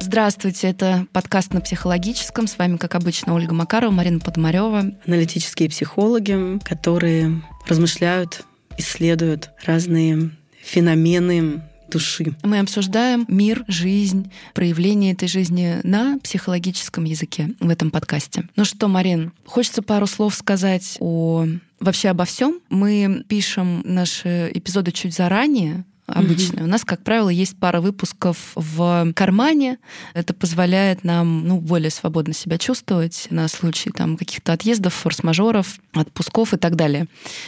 Здравствуйте, это подкаст «На психологическом». С вами, как обычно, Ольга Макарова, Марина Подмарева. Аналитические психологи, которые размышляют, исследуют разные феномены души. Мы обсуждаем мир, жизнь, проявление этой жизни на психологическом языке в этом подкасте. Ну что, Марин, хочется пару слов сказать вообще обо всем. Мы пишем наши эпизоды чуть заранее, обычно. У нас, как правило, есть пара выпусков в кармане. Это позволяет нам более свободно себя чувствовать на случай каких-то отъездов, форс-мажоров, отпусков и так далее.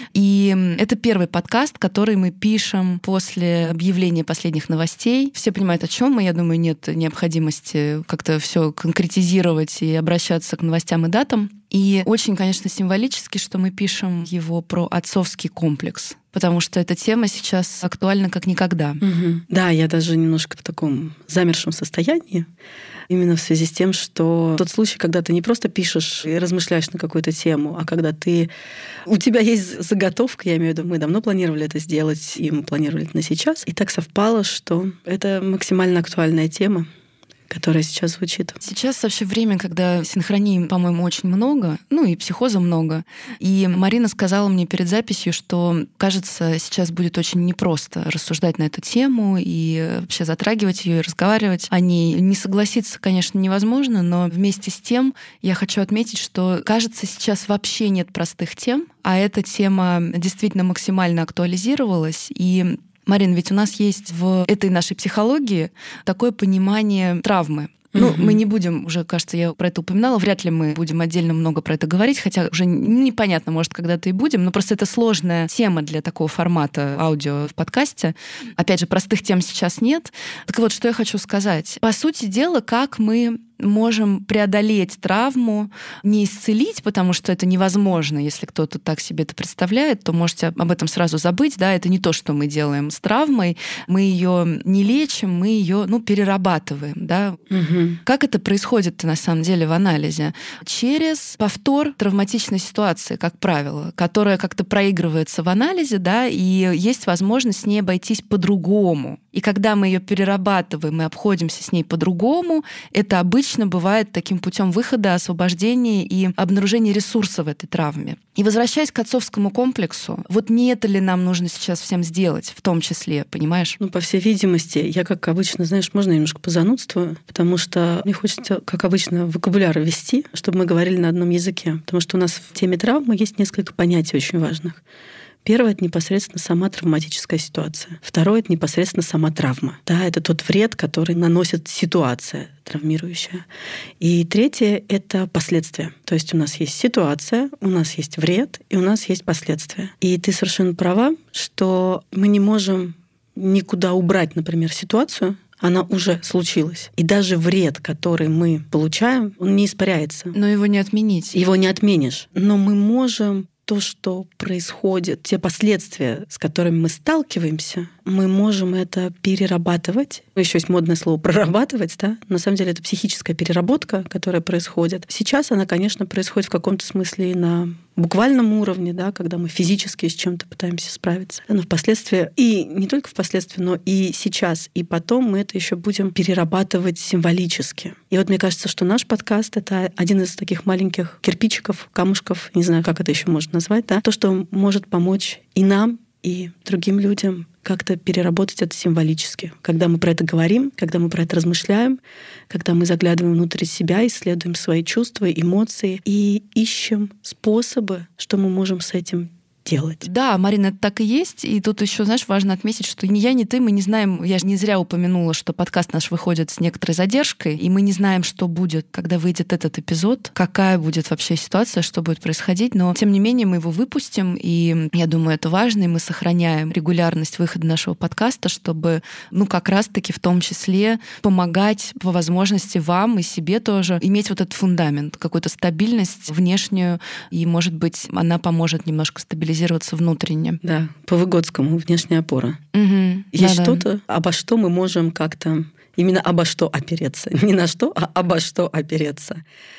И это первый подкаст, который мы пишем после объявления последних новостей. Все понимают, о чем мы. Я думаю, нет необходимости как-то все конкретизировать и обращаться к новостям и датам. И очень, конечно, символически, что мы пишем его про отцовский комплекс, потому что эта тема сейчас актуальна как никогда. Да, я даже немножко в таком замершем состоянии, именно в связи с тем, что тот случай, когда ты не просто пишешь и размышляешь на какую-то тему, а когда у тебя есть заготовка, я имею в виду, мы давно планировали это сделать, и мы планировали это на сейчас, и так совпало, что это максимально актуальная тема, которая сейчас звучит. Сейчас вообще время, когда синхронии, по-моему, очень много, и психоза много. И Марина сказала мне перед записью, что, кажется, сейчас будет очень непросто рассуждать на эту тему и вообще затрагивать ее и разговаривать о ней. Не согласиться, конечно, невозможно, но вместе с тем я хочу отметить, что, кажется, сейчас вообще нет простых тем, а эта тема действительно максимально актуализировалась. И Марин, ведь у нас есть в этой нашей психологии такое понимание травмы. Мы не будем, уже, кажется, я про это упоминала, вряд ли мы будем отдельно много про это говорить, хотя уже непонятно, может, когда-то и будем, но просто это сложная тема для такого формата аудио в подкасте. Опять же, простых тем сейчас нет. Так вот, что я хочу сказать. По сути дела, как мы можем преодолеть травму, не исцелить, потому что это невозможно. Если кто-то так себе это представляет, то можете об этом сразу забыть. Да, это не то, что мы делаем с травмой. Мы ее не лечим, мы ее перерабатываем. Да? Как это происходит на самом деле в анализе? Через повтор травматичной ситуации, как правило, которая как-то проигрывается в анализе, да, и есть возможность с ней обойтись по-другому. И когда мы ее перерабатываем и обходимся с ней по-другому, это обычно бывает таким путем выхода, освобождения и обнаружения ресурса в этой травме. И возвращаясь к отцовскому комплексу, не это ли нам нужно сейчас всем сделать, в том числе, понимаешь? По всей видимости, я, как обычно, можно немножко позанудствую, потому что мне хочется, как обычно, вокабуляр ввести, чтобы мы говорили на одном языке. Потому что у нас в теме травмы есть несколько понятий очень важных. Первое — это непосредственно сама травматическая ситуация. Второе — это непосредственно сама травма. Да, это тот вред, который наносит ситуация травмирующая. И третье — это последствия. То есть у нас есть ситуация, у нас есть вред, и у нас есть последствия. И ты совершенно права, что мы не можем никуда убрать, например, ситуацию, она уже случилась. И даже вред, который мы получаем, он не испаряется. Но его не отменить. Его не отменишь. Но мы можем то, что происходит, те последствия, с которыми мы сталкиваемся, мы можем это перерабатывать. Еще есть модное слово «прорабатывать», да? На самом деле это психическая переработка, которая происходит. Сейчас она, конечно, происходит в каком-то смысле и на буквальном уровне, да, когда мы физически с чем-то пытаемся справиться. Но впоследствии, и не только впоследствии, но и сейчас, и потом мы это еще будем перерабатывать символически. И мне кажется, что наш подкаст — это один из таких маленьких кирпичиков, камушков, не знаю, как это еще можно назвать, да, то, что может помочь и нам, и другим людям как-то переработать это символически. Когда мы про это говорим, когда мы про это размышляем, когда мы заглядываем внутрь себя, исследуем свои чувства, эмоции и ищем способы, что мы можем с этим делать. Да, Марина, это так и есть. И тут еще, важно отметить, что ни я, ни ты, мы не знаем, я же не зря упомянула, что подкаст наш выходит с некоторой задержкой, и мы не знаем, что будет, когда выйдет этот эпизод, какая будет вообще ситуация, что будет происходить, но тем не менее мы его выпустим, и я думаю, это важно, и мы сохраняем регулярность выхода нашего подкаста, чтобы, как раз-таки в том числе помогать по возможности вам и себе тоже иметь этот фундамент, какую-то стабильность внешнюю, и, может быть, она поможет немножко стабилизироваться внутренне. Да, по-выгодскому, внешняя опора. Есть что-то, обо что мы можем как-то именно обо что опереться. Не на что, а обо что опереться.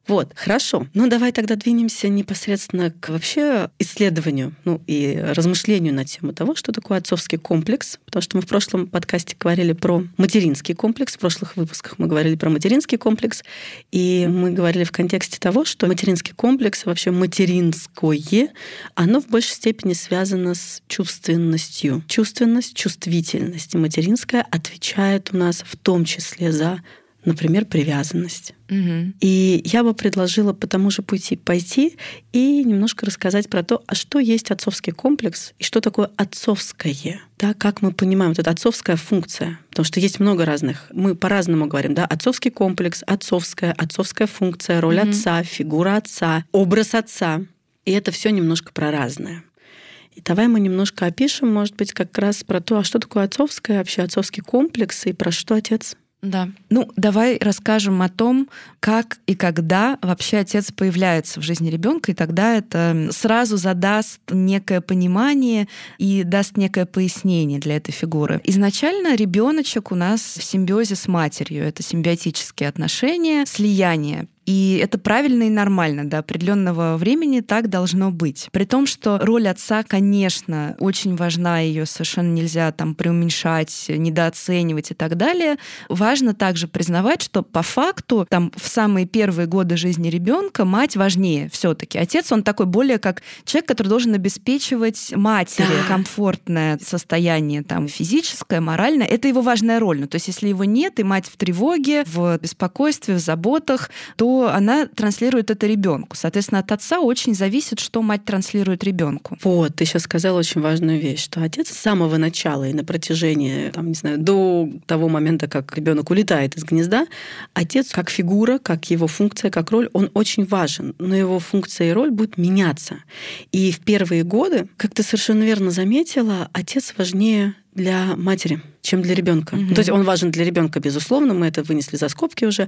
Вот, хорошо. Ну, давай тогда двинемся непосредственно к вообще исследованию, и размышлению на тему того, что такое отцовский комплекс, потому что мы в прошлом подкасте говорили про материнский комплекс, в прошлых выпусках мы говорили про материнский комплекс, и мы говорили в контексте того, что материнский комплекс, вообще материнское, оно в большей степени связано с чувственностью. Чувственность, чувствительность. И материнское отвечает у нас в том числе за, например, привязанность. Угу. И я бы предложила по тому же пути пойти и немножко рассказать про то, а что есть отцовский комплекс и что такое отцовское. Да, как мы понимаем, вот эта отцовская функция. Потому что есть много разных. Мы по-разному говорим, да, отцовский комплекс, отцовская функция, роль отца, фигура отца, образ отца. И это все немножко про разное. И давай мы немножко опишем, может быть, как раз про то, а что такое отцовское, вообще отцовский комплекс и про что отец. Да. Давай расскажем о том, как и когда вообще отец появляется в жизни ребенка, и тогда это сразу задаст некое понимание и даст некое пояснение для этой фигуры. Изначально ребеночек у нас в симбиозе с матерью. Это симбиотические отношения, слияние. И это правильно и нормально, до определенного времени так должно быть. При том, что роль отца, конечно, очень важна, ее совершенно нельзя там преуменьшать, недооценивать и так далее. Важно также признавать, что по факту там в самые первые годы жизни ребенка мать важнее все-таки. Отец, он такой более как человек, который должен обеспечивать матери комфортное состояние там физическое, моральное. Это его важная роль. То есть если его нет, и мать в тревоге, в беспокойстве, в заботах, то она транслирует это ребенку. Соответственно, от отца очень зависит, что мать транслирует ребенку. Вот, ты сейчас сказала очень важную вещь, что отец с самого начала и на протяжении, до того момента, как ребенок улетает из гнезда, отец как фигура, как его функция, как роль, он очень важен, но его функция и роль будут меняться. И в первые годы, как ты совершенно верно заметила, отец важнее для матери, чем для ребенка. То есть он важен для ребенка, безусловно, мы это вынесли за скобки уже,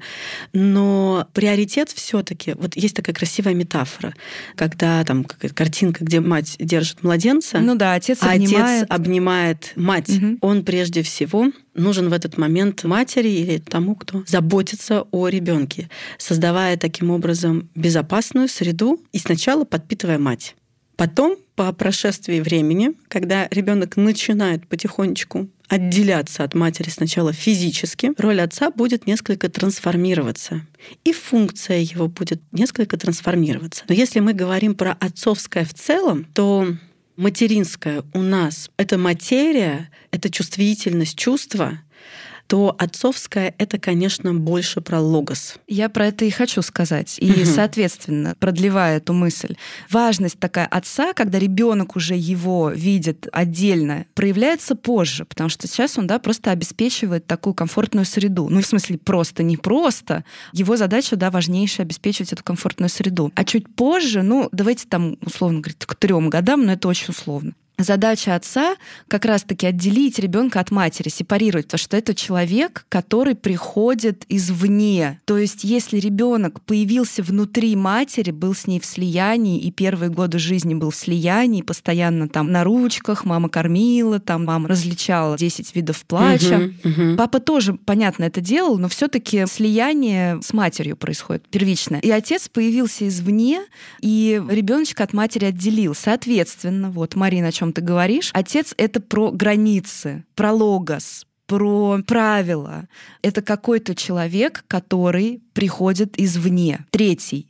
но приоритет все-таки, вот есть такая красивая метафора, когда там какая-то картинка, где мать держит младенца, отец обнимает мать. Он прежде всего нужен в этот момент матери или тому, кто заботится о ребенке, создавая таким образом безопасную среду и сначала подпитывая мать. Потом, по прошествии времени, когда ребенок начинает потихонечку отделяться от матери сначала физически, роль отца будет несколько трансформироваться. И функция его будет несколько трансформироваться. Но если мы говорим про отцовское в целом, то материнское у нас — это материя, это чувствительность, чувства, то отцовское — это, конечно, больше про логос. Я про это и хочу сказать. И, соответственно, продлевая эту мысль, важность такая отца, когда ребенок уже его видит отдельно, проявляется позже, потому что сейчас он просто обеспечивает такую комфортную среду. В смысле, не просто. Его задача, важнейшая — обеспечивать эту комфортную среду. А чуть позже, давайте условно говорить, к 3 годам, но это очень условно. Задача отца как раз-таки отделить ребенка от матери, сепарировать, потому что это человек, который приходит извне. То есть если ребенок появился внутри матери, был с ней в слиянии, и первые годы жизни был в слиянии, постоянно на ручках, мама кормила, мама различала 10 видов плача. Папа тоже, понятно, это делал, но все-таки слияние с матерью происходит первичное. И отец появился извне, и ребеночка от матери отделил. Соответственно, Марина, о чем ты говоришь, отец — это про границы, про логос, про правила. Это какой-то человек, который приходит извне. Третий.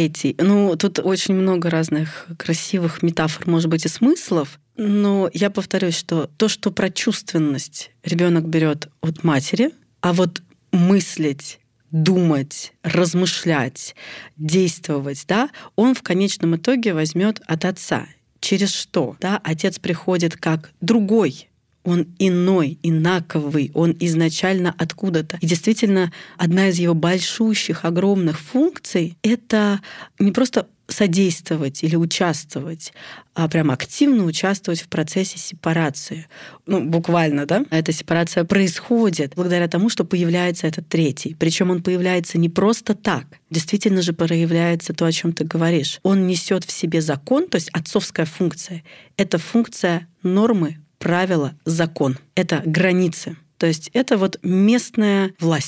Тут очень много разных красивых метафор, может быть, и смыслов. Но я повторюсь, что то, что про чувственность ребенок берет от матери, а мыслить, думать, размышлять, действовать, он в конечном итоге возьмет от отца. Через что? Отец приходит как другой. Он иной, инаковый, он изначально откуда-то. И действительно, одна из его большущих, огромных функций — это не просто содействовать или участвовать, а прям активно участвовать в процессе сепарации. Буквально, эта сепарация происходит благодаря тому, что появляется этот третий. Причем он появляется не просто так. Действительно же проявляется то, о чем ты говоришь. Он несет в себе закон, то есть отцовская функция. Это функция нормы, правила, закон. Это границы. То есть это местная власть.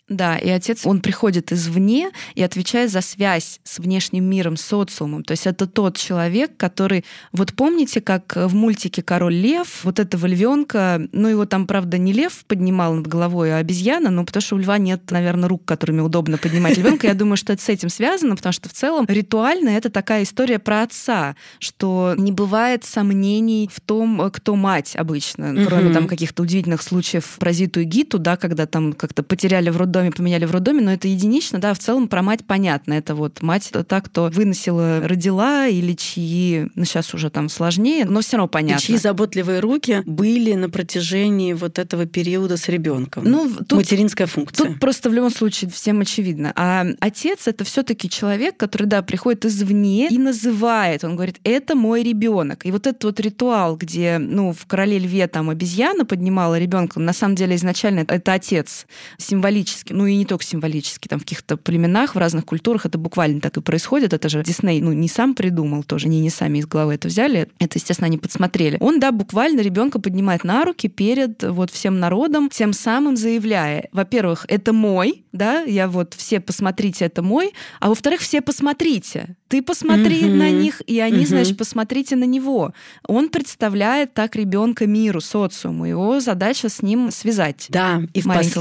Да, и отец, он приходит извне и отвечает за связь с внешним миром, с социумом. То есть это тот человек, который... Вот помните, как в мультике «Король лев», вот этого львенка, ну его там, правда, не лев поднимал над головой, а обезьяна, ну потому что у льва нет, наверное, рук, которыми удобно поднимать львенка. Я думаю, что это с этим связано, потому что в целом ритуально это такая история про отца, что не бывает сомнений в том, кто мать обычно, кроме там каких-то удивительных случаев про Зиту и Гиту, да, когда там как-то потеряли в роддоме, поменяли в роддоме, но это единично, да, в целом про мать понятно. Это вот мать та, кто выносила, родила, или чьи, ну сейчас уже там сложнее, но все равно понятно. И чьи заботливые руки были на протяжении вот этого периода с ребенком. Ну, тут, материнская функция. Тут просто в любом случае всем очевидно. А отец — это все-таки человек, который, да, приходит извне и называет. Он говорит, это мой ребенок. И вот этот вот ритуал, где, ну, в «Короле льве» там обезьяна поднимала ребенка, на самом деле изначально это отец символически, ну и не только символически, там в каких-то племенах, в разных культурах это буквально так и происходит. Это же Дисней, ну, не сам придумал тоже, не сами из головы это взяли. Это, естественно, они подсмотрели. Он, да, буквально ребенка поднимает на руки перед вот всем народом, тем самым заявляя, во-первых, это мой, да, я вот все посмотрите, это мой, а во-вторых, все посмотрите. Ты посмотри на них, и они, значит, посмотрите на него. Он представляет так ребенка миру, социуму. Его задача с ним связать. Да, и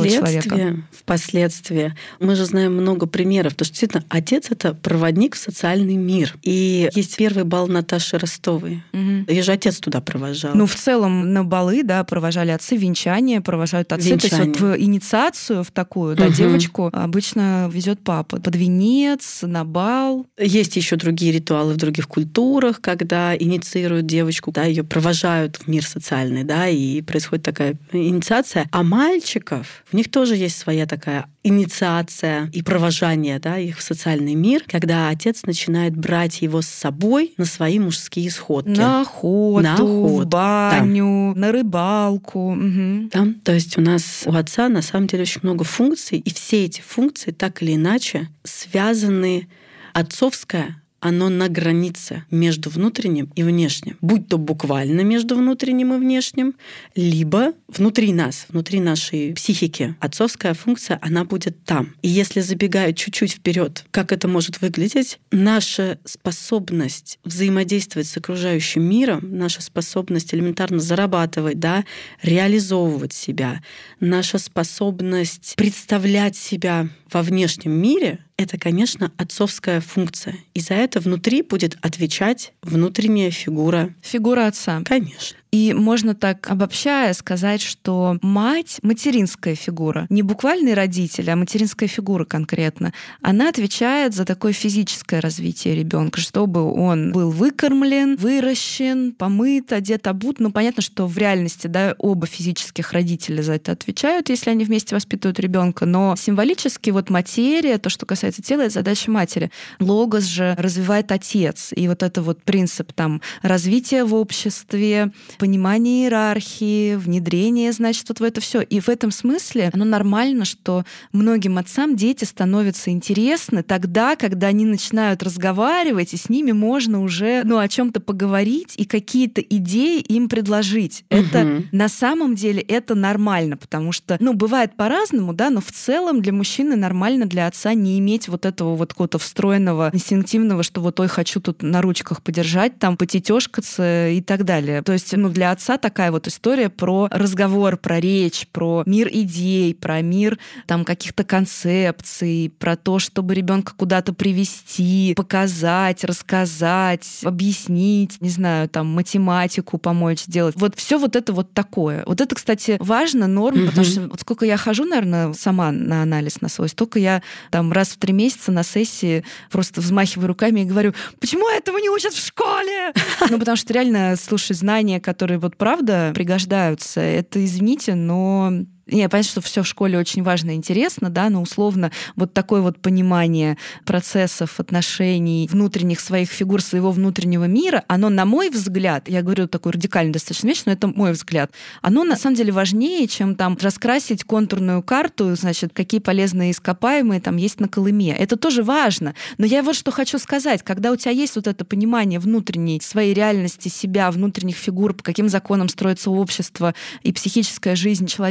впоследствии мы же знаем много примеров, потому что действительно отец — это проводник в социальный мир. И есть первый бал Наташи Ростовой. Ее же отец туда провожал. Ну, в целом на балы, да, провожали отцы, венчания провожают отцы. Венчание. То есть вот в инициацию в такую, да, девочку обычно везет папа под венец, на бал. Есть еще другие ритуалы в других культурах, когда инициируют девочку, да, ее провожают в мир социальный, да, и происходит такая инициация. А мальчиков, у них тоже есть своя такая инициация и провожание, да, их в социальный мир, когда отец начинает брать его с собой на свои мужские сходки. На охоту, в баню, да, на рыбалку. Да, то есть у нас у отца на самом деле очень много функций, и все эти функции так или иначе связаны. Отцовское, оно на границе между внутренним и внешним. Будь то буквально между внутренним и внешним, либо внутри нас, внутри нашей психики. Отцовская функция, она будет там. И если забегая чуть-чуть вперед, как это может выглядеть, наша способность взаимодействовать с окружающим миром, наша способность элементарно зарабатывать, да, реализовывать себя, наша способность представлять себя во внешнем мире — это, конечно, отцовская функция. И за это внутри будет отвечать внутренняя фигура. Фигура отца. Конечно. И можно так, обобщая, сказать, что мать, материнская фигура, не буквальный родитель, а материнская фигура конкретно, она отвечает за такое физическое развитие ребенка, чтобы он был выкормлен, выращен, помыт, одет, обут. Ну, понятно, что в реальности, да, оба физических родителя за это отвечают, если они вместе воспитывают ребенка, но символически вот материя, то, что касается тела, это задача матери. Логос же развивает отец. И вот это вот принцип там развития в обществе, понимание иерархии, внедрение, значит, вот в это все. И в этом смысле оно нормально, что многим отцам дети становятся интересны тогда, когда они начинают разговаривать, и с ними можно уже, ну, о чем-то поговорить и какие-то идеи им предложить. Это на самом деле это нормально, потому что, ну, бывает по-разному, да, но в целом для мужчины нормально, для отца не иметь вот этого вот какого-то встроенного, инстинктивного, что вот, ой, хочу тут на ручках подержать, там, потетёшкаться и так далее. То есть, ну, для отца такая вот история про разговор, про речь, про мир идей, про мир там каких-то концепций, про то, чтобы ребенка куда-то привести, показать, рассказать, объяснить, не знаю, там математику помочь сделать. Вот все вот это вот такое. Вот это, кстати, важно, норм, потому что вот сколько я хожу, наверное, сама на анализ на свой, столько я там раз в 3 месяца на сессии просто взмахиваю руками и говорю, почему этого не учат в школе? Ну, потому что реально, слушай, знания, которые вот правда пригождаются, это, извините, но... Я понятно, что все в школе очень важно и интересно, да, но условно вот такое вот понимание процессов, отношений, внутренних своих фигур, своего внутреннего мира, оно, на мой взгляд, я говорю такую радикальную достаточно вещь, но это мой взгляд, оно на самом деле важнее, чем там раскрасить контурную карту, значит, какие полезные ископаемые там есть на Колыме. Это тоже важно. Но я вот что хочу сказать, когда у тебя есть вот это понимание внутренней своей реальности, себя, внутренних фигур, по каким законам строится общество и психическая жизнь человека,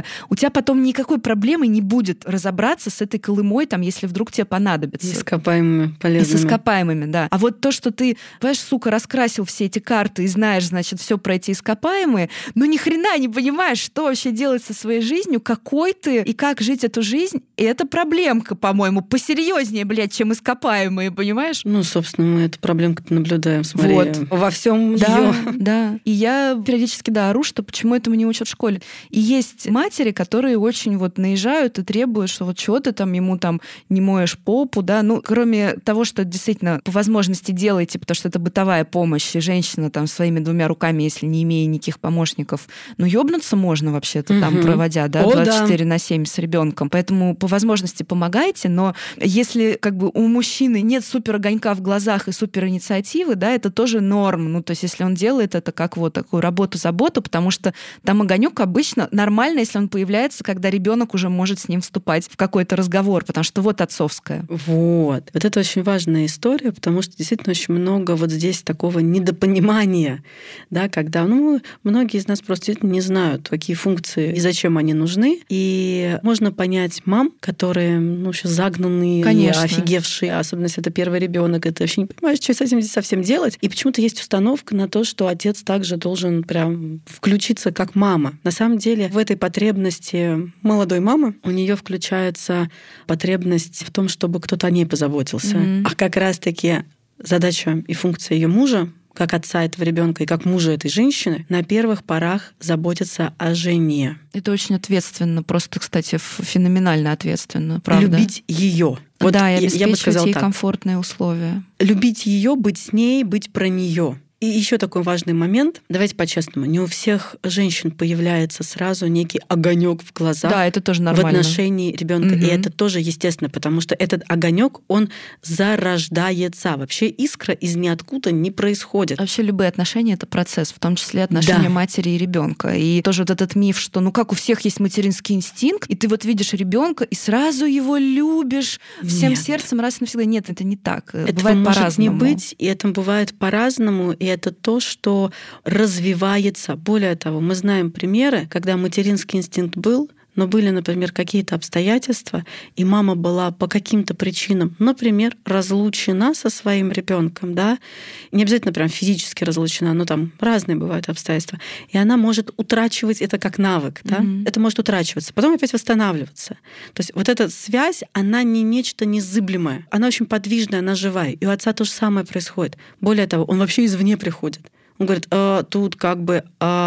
у тебя потом никакой проблемы не будет разобраться с этой колымой, там, если вдруг тебе понадобится. И с ископаемыми полезными. И с ископаемыми, да. А вот то, что ты, понимаешь, сука, раскрасил все эти карты и знаешь, значит, все про эти ископаемые, но ни хрена не понимаешь, что вообще делать со своей жизнью, какой ты и как жить эту жизнь, и это проблемка, по-моему, посерьезнее, блядь, чем ископаемые, понимаешь? Ну, собственно, мы эту проблемку наблюдаем, смотри, вот. Во всем да, её. Да. И я периодически, да, ору, что почему этому не учат в школе. И есть матери, которые очень вот наезжают и требуют, что вот чего ты там ему там не моешь попу, да, ну, кроме того, что действительно по возможности делайте, потому что это бытовая помощь, и женщина там своими 2 руками, если не имея никаких помощников, ну, ёбнуться можно вообще-то там, проводя, да, 24/7 с ребенком. Поэтому по возможности помогайте, но если как бы у мужчины нет супер огонька в глазах и супер инициативы, да, это тоже норм. Ну, то есть если он делает это как вот такую работу-заботу, потому что там огонек обычно нормально, если он появляется, когда ребенок уже может с ним вступать в какой-то разговор, потому что вот отцовская. Вот это очень важная история, потому что действительно очень много вот здесь такого недопонимания, да, когда, ну, многие из нас просто действительно не знают, какие функции и зачем они нужны. И можно понять мам, которые, ну, вообще загнанные, конечно, офигевшие, особенно если это первый ребенок, это вообще не понимаешь, что с этим здесь совсем делать. И почему-то есть установка на то, что отец также должен прям включиться как мама. На самом деле в этой потребности молодой мамы у нее включается потребность в том, чтобы кто-то о ней позаботился. А как раз-таки задача и функция ее мужа, как отца этого ребенка и как мужа этой женщины, на первых порах заботиться о жене. Это очень ответственно, просто, кстати, феноменально ответственно, правда. Любить ее. Вот да, и обеспечивать я бы сказала ей так. комфортные условия. Любить ее, быть с ней, быть про нее. И еще такой важный момент. Давайте по-честному. Не у всех женщин появляется сразу некий огонек в глазах. Да, это тоже нормально. В отношении ребенка. И это тоже естественно, потому что этот огонек, он зарождается. Вообще искра из ниоткуда не происходит. Вообще любые отношения — это процесс, в том числе отношения матери и ребенка. И тоже вот этот миф, что ну как у всех есть материнский инстинкт, и ты вот видишь ребенка и сразу его любишь всем сердцем раз и навсегда. Нет, это не так. Это бывает может по-разному. не быть, и это бывает по-разному. И это то, что развивается. Более того, мы знаем примеры, когда материнский инстинкт был, но были, например, какие-то обстоятельства, и мама была по каким-то причинам, например, разлучена со своим ребенком, да, не обязательно прям физически разлучена, но там разные бывают обстоятельства, и она может утрачивать это как навык, да, это может утрачиваться, потом опять восстанавливаться. То есть вот эта связь, она не нечто незыблемое, она очень подвижная, она живая, и у отца то же самое происходит. Более того, он вообще извне приходит. Он говорит, тут как бы,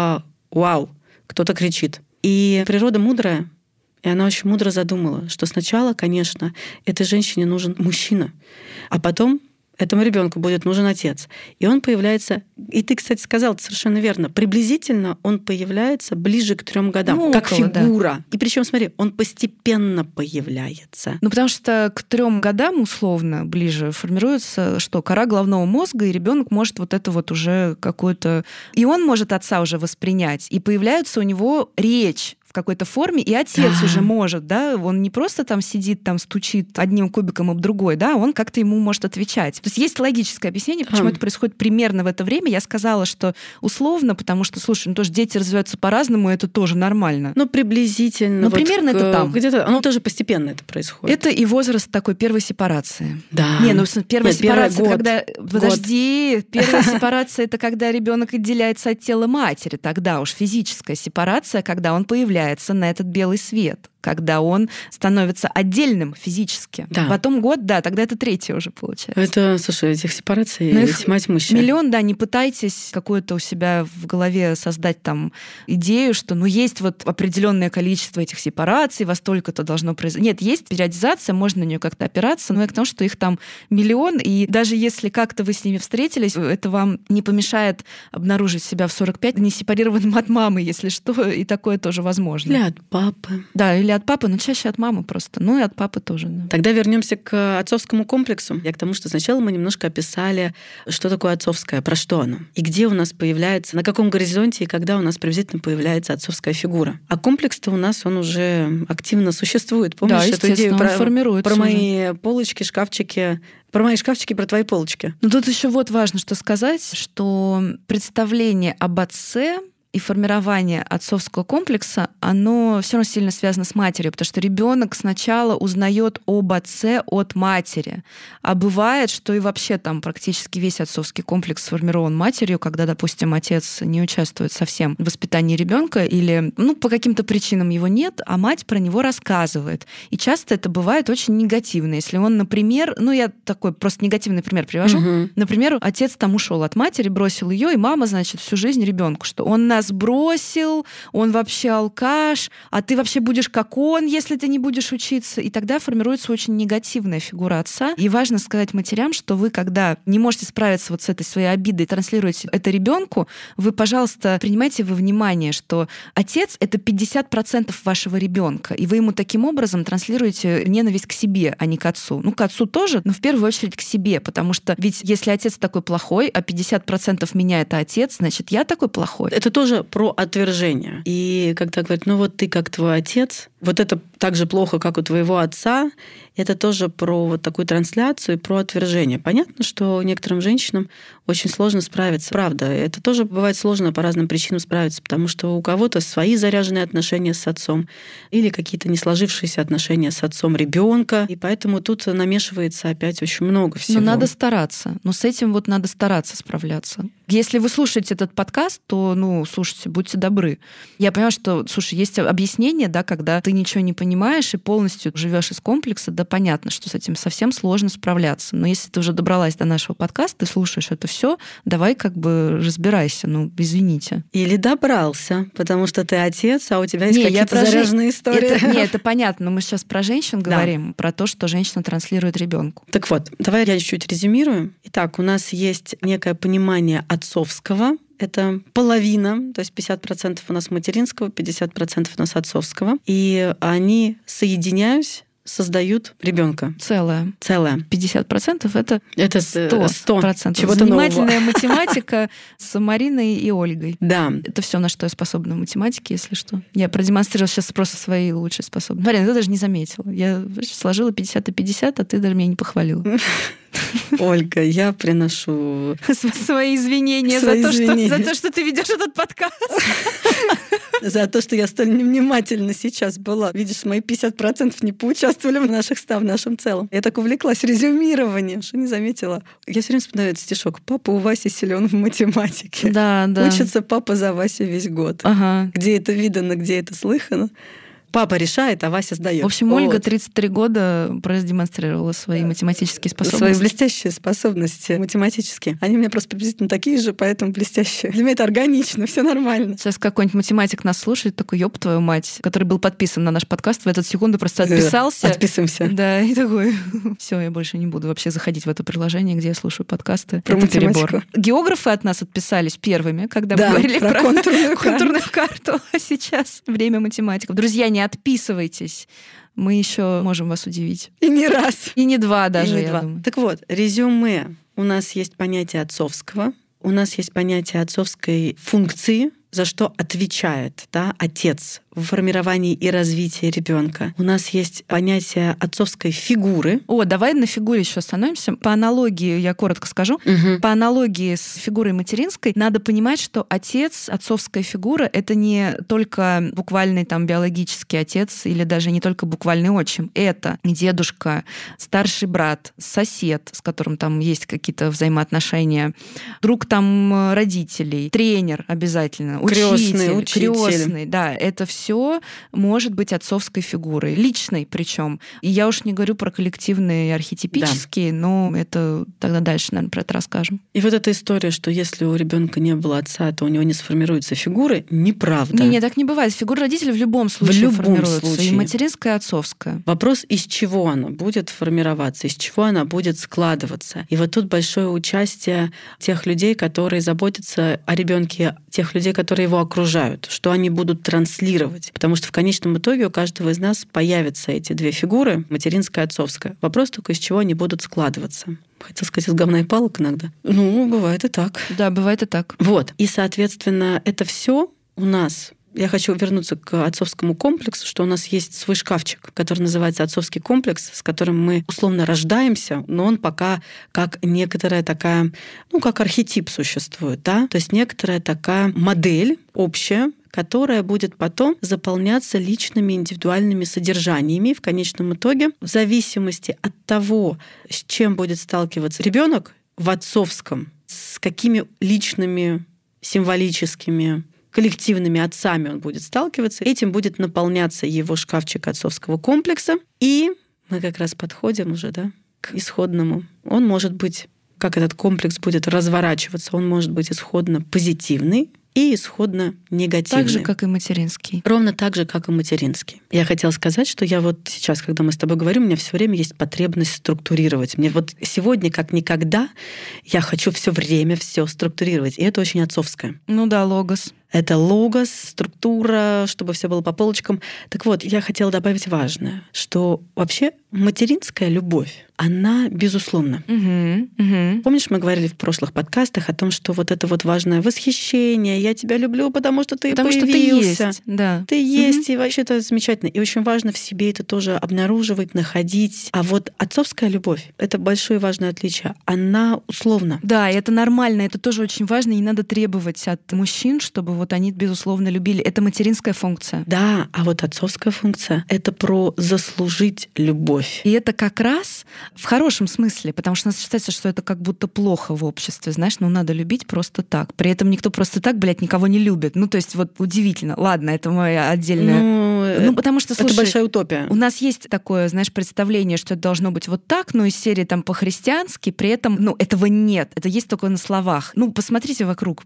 вау, кто-то кричит. И природа мудрая, и она очень мудро задумала, что сначала, конечно, этой женщине нужен мужчина, а потом этому ребенку будет нужен отец. И он появляется, и ты, кстати, сказал совершенно верно, приблизительно он появляется ближе к 3 годам, ну, как фигура. Да. И причем, смотри, он постепенно появляется. Ну, потому что к 3 годам, условно, ближе формируется, что кора головного мозга, и ребенок может вот это вот уже какую-то... И он может отца уже воспринять, и появляется у него речь в какой-то форме, и отец уже может, да, он не просто там сидит, там стучит одним кубиком об другой, да, он как-то ему может отвечать. То есть есть логическое объяснение, почему это происходит примерно в это время. Я сказала, что условно, потому что, слушай, ну тоже дети развиваются по-разному, и это тоже нормально. Ну, приблизительно. Ну, вот примерно это там. Где-то, оно тоже постепенно это происходит. Это и возраст такой первой сепарации. Да. Не, ну первая сепарация, год. когда... Подожди, первая сепарация — это когда ребенок отделяется от тела матери, тогда уж физическая сепарация, когда он появляется на этот белый свет, когда он становится отдельным физически. Да. Потом год, да, тогда это 3 уже получается. Это, слушай, этих сепараций тьма тьмущая. Миллион, да, не пытайтесь какую-то у себя в голове создать там идею, что ну есть вот определенное количество этих сепараций, во столько-то должно произойти. Нет, есть периодизация, можно на нее как-то опираться, но я к тому, что их там миллион, и даже если как-то вы с ними встретились, это вам не помешает обнаружить себя в 45 не сепарированным от мамы, если что, и такое тоже возможно. Или от папы. Да, или от папы, но чаще от мамы просто. Ну и от папы тоже. Да. Тогда вернемся к отцовскому комплексу. Я к тому, что сначала мы немножко описали, что такое отцовское, про что оно, и где у нас появляется, на каком горизонте и когда у нас приблизительно появляется отцовская фигура. А комплекс-то у нас, он уже активно существует. Помнишь да, эту идею про мои уже. полочки, шкафчики? Про мои шкафчики, про твои полочки. Но тут еще вот важно что сказать, что представление об отце и формирование отцовского комплекса, оно все равно сильно связано с матерью, потому что ребенок сначала узнает об отце от матери. А бывает, что и вообще там практически весь отцовский комплекс сформирован матерью, когда, допустим, отец не участвует совсем в воспитании ребенка или по каким-то причинам его нет, а мать про него рассказывает. И часто это бывает очень негативно. Если он, например, я такой просто негативный пример привожу. Например, отец там ушел от матери, бросил ее, и мама, значит, всю жизнь ребенку, что он нас бросил, он вообще алкаш, а ты вообще будешь как он, если ты не будешь учиться. И тогда формируется очень негативная фигура отца. И важно сказать матерям, что вы, когда не можете справиться вот с этой своей обидой, транслируете это ребенку, вы, пожалуйста, принимайте во внимание, что отец — это 50% вашего ребенка, и вы ему таким образом транслируете ненависть к себе, а не к отцу. К отцу тоже, но в первую очередь к себе, потому что ведь если отец такой плохой, а 50% меня — это отец, значит, я такой плохой. Это тоже про отвержение. И когда говорят, ты как твой отец, вот это так же плохо, как у твоего отца, это тоже про вот такую трансляцию, про отвержение. Понятно, что некоторым женщинам очень сложно справиться. Правда, это тоже бывает сложно по разным причинам справиться, потому что у кого-то свои заряженные отношения с отцом или какие-то не сложившиеся отношения с отцом ребенка, и поэтому тут намешивается опять очень много всего. Но надо стараться. С этим надо стараться справляться. Если вы слушаете этот подкаст, то, слушайте, будьте добры. Я понимаю, что, есть объяснение, да, когда ты ничего не понимаешь и полностью живешь из комплекса, да, понятно, что с этим совсем сложно справляться. Но если ты уже добралась до нашего подкаста, ты слушаешь это все, давай разбирайся, извините. Или добрался, потому что ты отец, а у тебя есть какие-то заряженные истории. Это понятно, но мы сейчас про женщин говорим, про то, что женщина транслирует ребенку. Так вот, давай я чуть-чуть резюмирую. Итак, у нас есть некое понимание отцовского. Это половина, то есть 50% у нас материнского, 50% у нас отцовского. И они, соединяясь, создают ребенка. Целое. 50% это 100%. Чего-то занимательная математика с Мариной и Ольгой. Да. Это все, на что я способна в математике, если что. Я продемонстрировала сейчас просто свои лучшие способности. Марина, ты даже не заметила. Я сложила 50 и 50, а ты даже меня не похвалила. Ольга, я приношу свои извинения за то, что ты ведешь этот подкаст. За то, что я столь невнимательна сейчас была. Видишь, мои 50% не поучаствовали в нашем целом. Я так увлеклась резюмированием, что не заметила. Я все время вспоминаю этот стишок. Папа у Васи силен в математике. Да. Учится папа за Васю весь год. Ага. Где это видано, где это слыхано. Папа решает, а Вася сдаёт. В общем, Ольга 33 года продемонстрировала свои математические способности. Свои блестящие способности математические. Они у меня просто приблизительно такие же, поэтому блестящие. Для меня это органично, все нормально. Сейчас какой-нибудь математик нас слушает, такой, ёб твою мать, который был подписан на наш подкаст, в эту секунду просто отписался. Отписываемся. Да, и такой, все, я больше не буду вообще заходить в это приложение, где я слушаю подкасты. Про математику. Перебор. Географы от нас отписались первыми, когда мы говорили про контурную карту. А сейчас время математиков. Друзья, не отписывайтесь. Мы еще можем вас удивить. И не раз. И не два даже, я думаю. Так вот, резюме. У нас есть понятие отцовского, у нас есть понятие отцовской функции, за что отвечает отец в формировании и развитии ребенка. У нас есть понятие отцовской фигуры. Давай на фигуре еще остановимся. По аналогии, я коротко скажу, по аналогии с фигурой материнской, надо понимать, что отец, отцовская фигура, это не только буквальный биологический отец или даже не только буквальный отчим. Это дедушка, старший брат, сосед, с которым есть какие-то взаимоотношения, друг родителей, тренер обязательно, учитель, крестный, да, это все может быть отцовской фигурой, личной причем. И я уж не говорю про коллективные архетипические, но это тогда дальше, наверное, про это расскажем. И вот эта история, что если у ребенка не было отца, то у него не сформируются фигуры, неправда. Не, так не бывает. Фигура родителей в любом случае формируется, и материнская, и отцовская. Вопрос, из чего она будет формироваться, из чего она будет складываться. И вот тут большое участие тех людей, которые заботятся о ребенке, тех людей, которые его окружают, что они будут транслировать. Потому что в конечном итоге у каждого из нас появятся эти две фигуры, материнская и отцовская. Вопрос только, из чего они будут складываться. Хотел сказать, из говна и палок иногда. Бывает и так. Да, бывает и так. Вот. И, соответственно, это все у нас Я хочу вернуться к отцовскому комплексу, что у нас есть свой шкафчик, который называется отцовский комплекс, с которым мы условно рождаемся, но он пока как некоторая такая, как архетип существует, да? То есть некоторая такая модель общая, которая будет потом заполняться личными индивидуальными содержаниями в конечном итоге, в зависимости от того, с чем будет сталкиваться ребенок в отцовском, с какими личными, символическими, коллективными отцами он будет сталкиваться, этим будет наполняться его шкафчик отцовского комплекса. И мы как раз подходим уже, к исходному. Он может быть, как этот комплекс будет разворачиваться, он может быть исходно позитивный и исходно негативный. Так же, как и материнский. Ровно так же, как и материнский. Я хотела сказать, что я вот сейчас, когда мы с тобой говорим, у меня все время есть потребность структурировать. Мне вот сегодня, как никогда, я хочу все время все структурировать. И это очень отцовское. Ну да, логос. Это логос, структура, чтобы все было по полочкам. Так вот, я хотела добавить важное, что вообще материнская любовь, она безусловна. Помнишь, мы говорили в прошлых подкастах о том, что вот это вот важное восхищение, я тебя люблю, потому что ты появился. Что ты есть, да. Ты есть, и вообще это замечательно. И очень важно в себе это тоже обнаруживать, находить. А вот отцовская любовь, это большое и важное отличие, она условна. Да, и это нормально, это тоже очень важно, не надо требовать от мужчин, чтобы вот они, безусловно, любили. Это материнская функция. Да, а вот отцовская функция — это про заслужить любовь. И это как раз в хорошем смысле, потому что у нас считается, что это как будто плохо в обществе, знаешь, надо любить просто так. При этом никто просто так, никого не любит. То есть вот удивительно. Ладно, это моя отдельная... потому что, слушай, это большая утопия. У нас есть такое, знаешь, представление, что это должно быть вот так, из серии по-христиански, при этом, этого нет. Это есть только на словах. Посмотрите вокруг.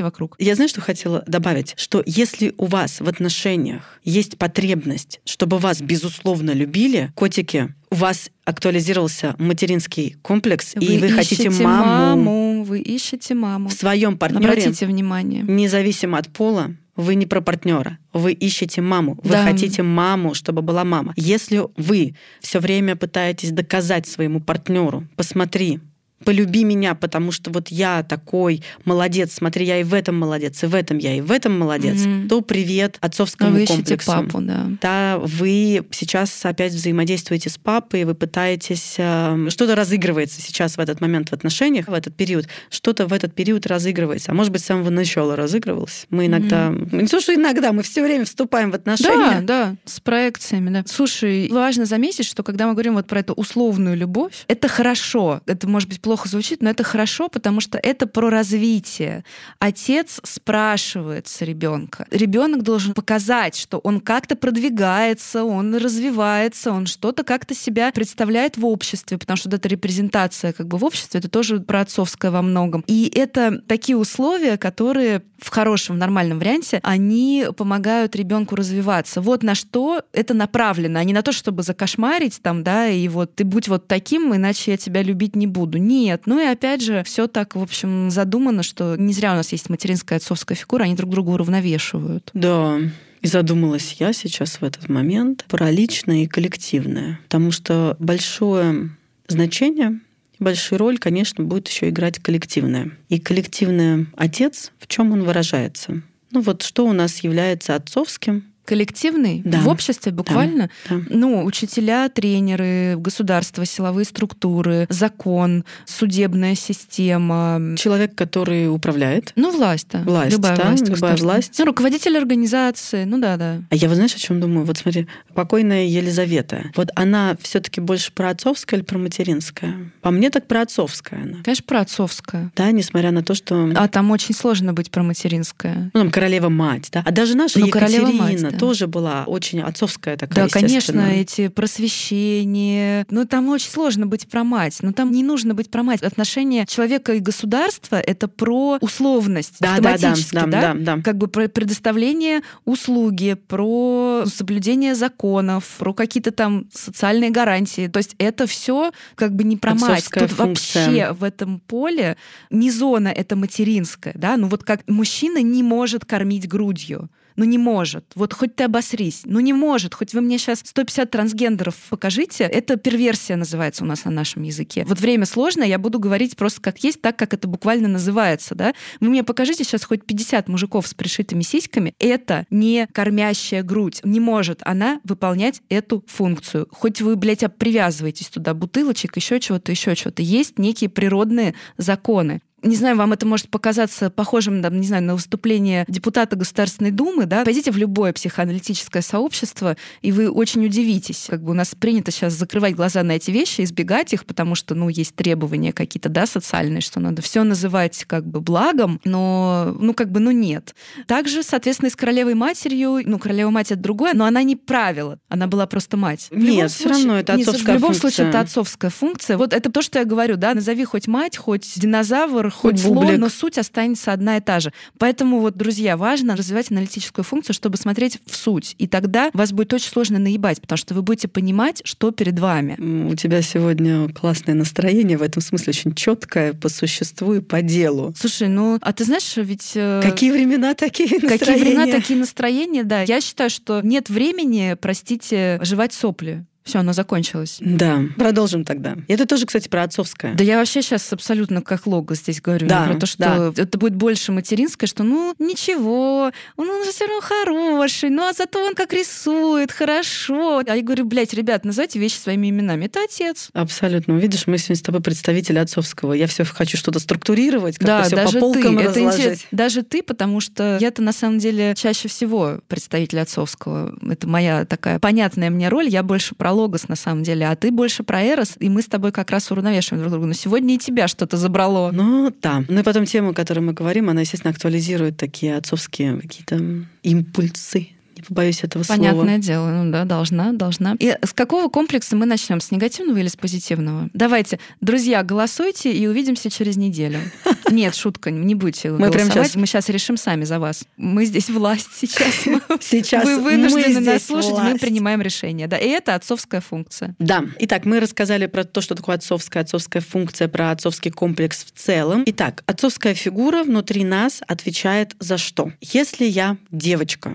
Я знаю, что хотела добавить, что если у вас в отношениях есть потребность, чтобы вас, безусловно, любили, котики, у вас актуализировался материнский комплекс, и вы хотите маму. Вы ищете маму. В своем партнере. Обратите внимание. Независимо от пола, вы не про партнера, вы ищете маму, вы хотите маму, чтобы была мама. Если вы все время пытаетесь доказать своему партнеру, посмотри, полюби меня, потому что вот я такой молодец, смотри, я и в этом молодец, и в этом я, и в этом молодец, то привет отцовскому комплексу. Вы ищете папу, да. Да, вы сейчас опять взаимодействуете с папой, вы пытаетесь... Что-то разыгрывается сейчас в этот момент в отношениях, в этот период. Что-то в этот период разыгрывается. А может быть, с самого начала разыгрывалось. Мы иногда... Не то, что иногда, мы все время вступаем в отношения. Да, с проекциями, да. Слушай, важно заметить, что когда мы говорим вот про эту условную любовь, это хорошо. Это, может быть, плохо звучит, но это хорошо, потому что это про развитие. Отец спрашивает с ребенка. Ребенок должен показать, что он как-то продвигается, он развивается, он что-то как-то себя представляет в обществе, потому что вот эта репрезентация в обществе, это тоже про отцовское во многом. И это такие условия, которые в хорошем, в нормальном варианте, они помогают ребенку развиваться. Вот на что это направлено, а не на то, чтобы закошмарить и вот ты будь вот таким, иначе я тебя любить не буду. Нет. И опять же, все так, в общем, задумано, что не зря у нас есть материнская и отцовская фигура, они друг друга уравновешивают. Да. И задумалась я сейчас в этот момент про личное и коллективное. Потому что большое значение, большую роль, конечно, будет еще играть коллективное. И коллективный отец, в чем он выражается? Что у нас является отцовским? Коллективный в обществе буквально. Да. Учителя, тренеры, государство, силовые структуры, закон, судебная система. Человек, который управляет. Власть, да. Любая власть. Руководитель организации, да. А я, знаешь, о чем думаю? Вот смотри, покойная Елизавета. Вот она все-таки больше про отцовское или про материнское? По мне так про отцовское она. Конечно, про отцовское. Да, несмотря на то, что... А там очень сложно быть про материнское. Королева-мать, да. А даже наша Екатерина да. тоже была очень отцовская такая, да, конечно, эти просвещения. Там очень сложно быть про мать. Но там не нужно быть про мать. Отношения человека и государства — это про условность. Автоматически, да? Про предоставление услуги, про соблюдение законов, про какие-то там социальные гарантии. То есть это все не про мать. Тут функция. Вообще в этом поле не зона это материнская. Да? Как мужчина не может кормить грудью. Ну не может. Вот хоть ты обосрись. Ну не может. Хоть вы мне сейчас 150 трансгендеров покажите. Это перверсия называется у нас на нашем языке. Вот время сложное, я буду говорить просто как есть, так, как это буквально называется. Да? Вы мне покажите сейчас хоть 50 мужиков с пришитыми сиськами. Это не кормящая грудь. Не может она выполнять эту функцию. Хоть вы, блядь, привязываетесь туда бутылочек, еще чего-то. Есть некие природные законы. Не знаю, вам это может показаться похожим, не знаю, на выступление депутата Государственной Думы, да? Пойдите в любое психоаналитическое сообщество, и вы очень удивитесь. Как бы у нас принято сейчас закрывать глаза на эти вещи, избегать их, потому что, есть требования какие-то, да, социальные, что надо все называть как бы благом, но, нет. Также, соответственно, и с королевой матерью, королева мать — это другое, но она не правило, она была просто мать. Нет, все равно это отцовская функция. В любом случае, это отцовская функция. Вот это то, что я говорю, да, назови хоть мать, хоть динозавр, хоть слон, но суть останется одна и та же. Поэтому, друзья, важно развивать аналитическую функцию, чтобы смотреть в суть. И тогда вас будет очень сложно наебать, потому что вы будете понимать, что перед вами. У тебя сегодня классное настроение, в этом смысле очень четкое, по существу и по делу. Слушай, а ты знаешь, ведь... Какие времена, такие настроения. Какие времена, такие настроения, да. Я считаю, что нет времени, простите, жевать сопли. Все, оно закончилось. Да, продолжим тогда. Это тоже, кстати, про отцовское. Да я вообще сейчас абсолютно как лого здесь говорю. Да, про то, что это будет больше материнское, что ничего, он же все равно хороший, а зато он как рисует, хорошо. А я говорю, блядь, ребят, называйте вещи своими именами. Это отец. Абсолютно. Видишь, мы сегодня с тобой представители отцовского. Я все хочу что-то структурировать, как-то все по полкам разложить. Даже ты, потому что я-то на самом деле чаще всего представитель отцовского. Это моя такая понятная мне роль. Я больше про логос на самом деле, а ты больше про эрос, и мы с тобой как раз уравновешиваем друг друга. Но сегодня и тебя что-то забрало. Да. И потом тема, о которой мы говорим, она, естественно, актуализирует такие отцовские какие-то импульсы. Не побоюсь этого слова. Понятное дело, должна. И с какого комплекса мы начнем? С негативного или с позитивного? Давайте, друзья, голосуйте и увидимся через неделю. Нет, шутка, не будете голосовать. Мы сейчас решим сами за вас. Мы здесь власть сейчас. Вы вынуждены нас слушать, мы принимаем решение. Да, и это отцовская функция. Да. Итак, мы рассказали про то, что такое отцовская функция, про отцовский комплекс в целом. Итак, отцовская фигура внутри нас отвечает за что? Если я девочка,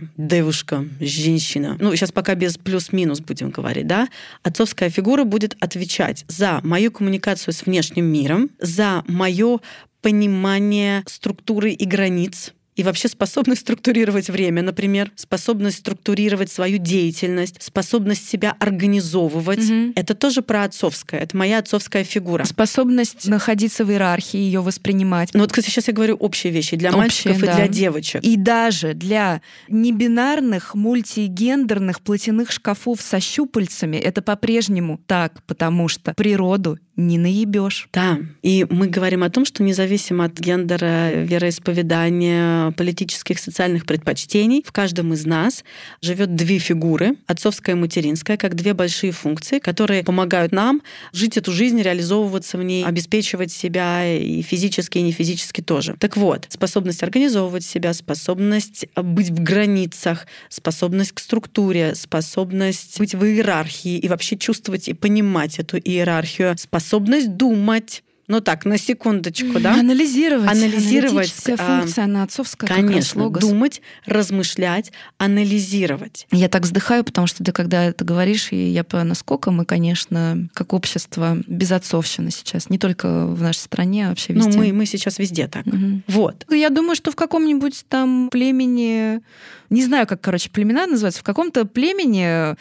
женщина, сейчас пока без плюс-минус будем говорить, да, отцовская фигура будет отвечать за мою коммуникацию с внешним миром, за мое понимание структуры и границ, и вообще способность структурировать время, например, способность структурировать свою деятельность, способность себя организовывать. Это тоже про отцовское. Это моя отцовская фигура. Способность находиться в иерархии, ее воспринимать. Кстати, сейчас я говорю общие вещи для мальчиков и для девочек. И даже для небинарных, мультигендерных платяных шкафов со щупальцами это по-прежнему так, потому что природу не наебешь. Да. И мы говорим о том, что независимо от гендера, вероисповедания, политических, социальных предпочтений, в каждом из нас живет две фигуры, отцовская и материнская, как две большие функции, которые помогают нам жить эту жизнь, реализовываться в ней, обеспечивать себя и физически, и не физически тоже. Так вот, способность организовывать себя, способность быть в границах, способность к структуре, способность быть в иерархии и вообще чувствовать и понимать эту иерархию, способность думать. Так, на секундочку, да? Анализировать. Аналитическая функция, она отцовская. Конечно, думать, размышлять, анализировать. Я так вздыхаю, потому что ты, когда это говоришь, и я понимаю, насколько мы, конечно, как общество безотцовщина сейчас. Не только в нашей стране, а вообще везде. Мы сейчас везде так. Вот. Я думаю, что в каком-нибудь там племени, не знаю, как, племена называются, в каком-то племени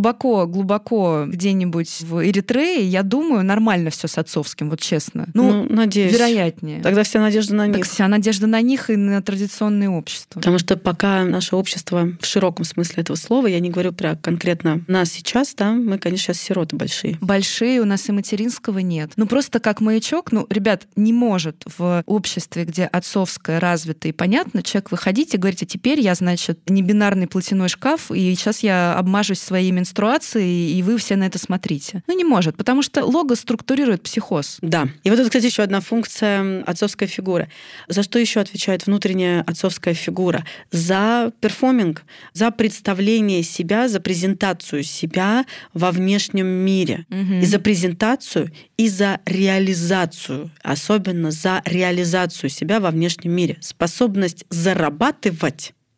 глубоко где-нибудь в Эритрее, я думаю, нормально все с отцовским, вот честно. Надеюсь. Вероятнее. Тогда вся надежда на них. Так вся надежда на них и на традиционное общество. Потому что пока наше общество в широком смысле этого слова, я не говорю про конкретно нас сейчас, да, мы, конечно, сейчас сироты большие. Большие, у нас и материнского нет. Просто как маячок, ребят, не может в обществе, где отцовское развито и понятно, человек выходить и говорить, а теперь я, небинарный платяной шкаф, и сейчас я обмажусь своей менструацией, и вы все на это смотрите. Не может, потому что лого структурирует психоз. Да. И вот это, кстати, еще одна функция отцовской фигуры. За что еще отвечает внутренняя отцовская фигура? За перформинг, за представление себя, за презентацию себя во внешнем мире. И за презентацию, и за реализацию. Особенно за реализацию себя во внешнем мире. Способность зарабатывать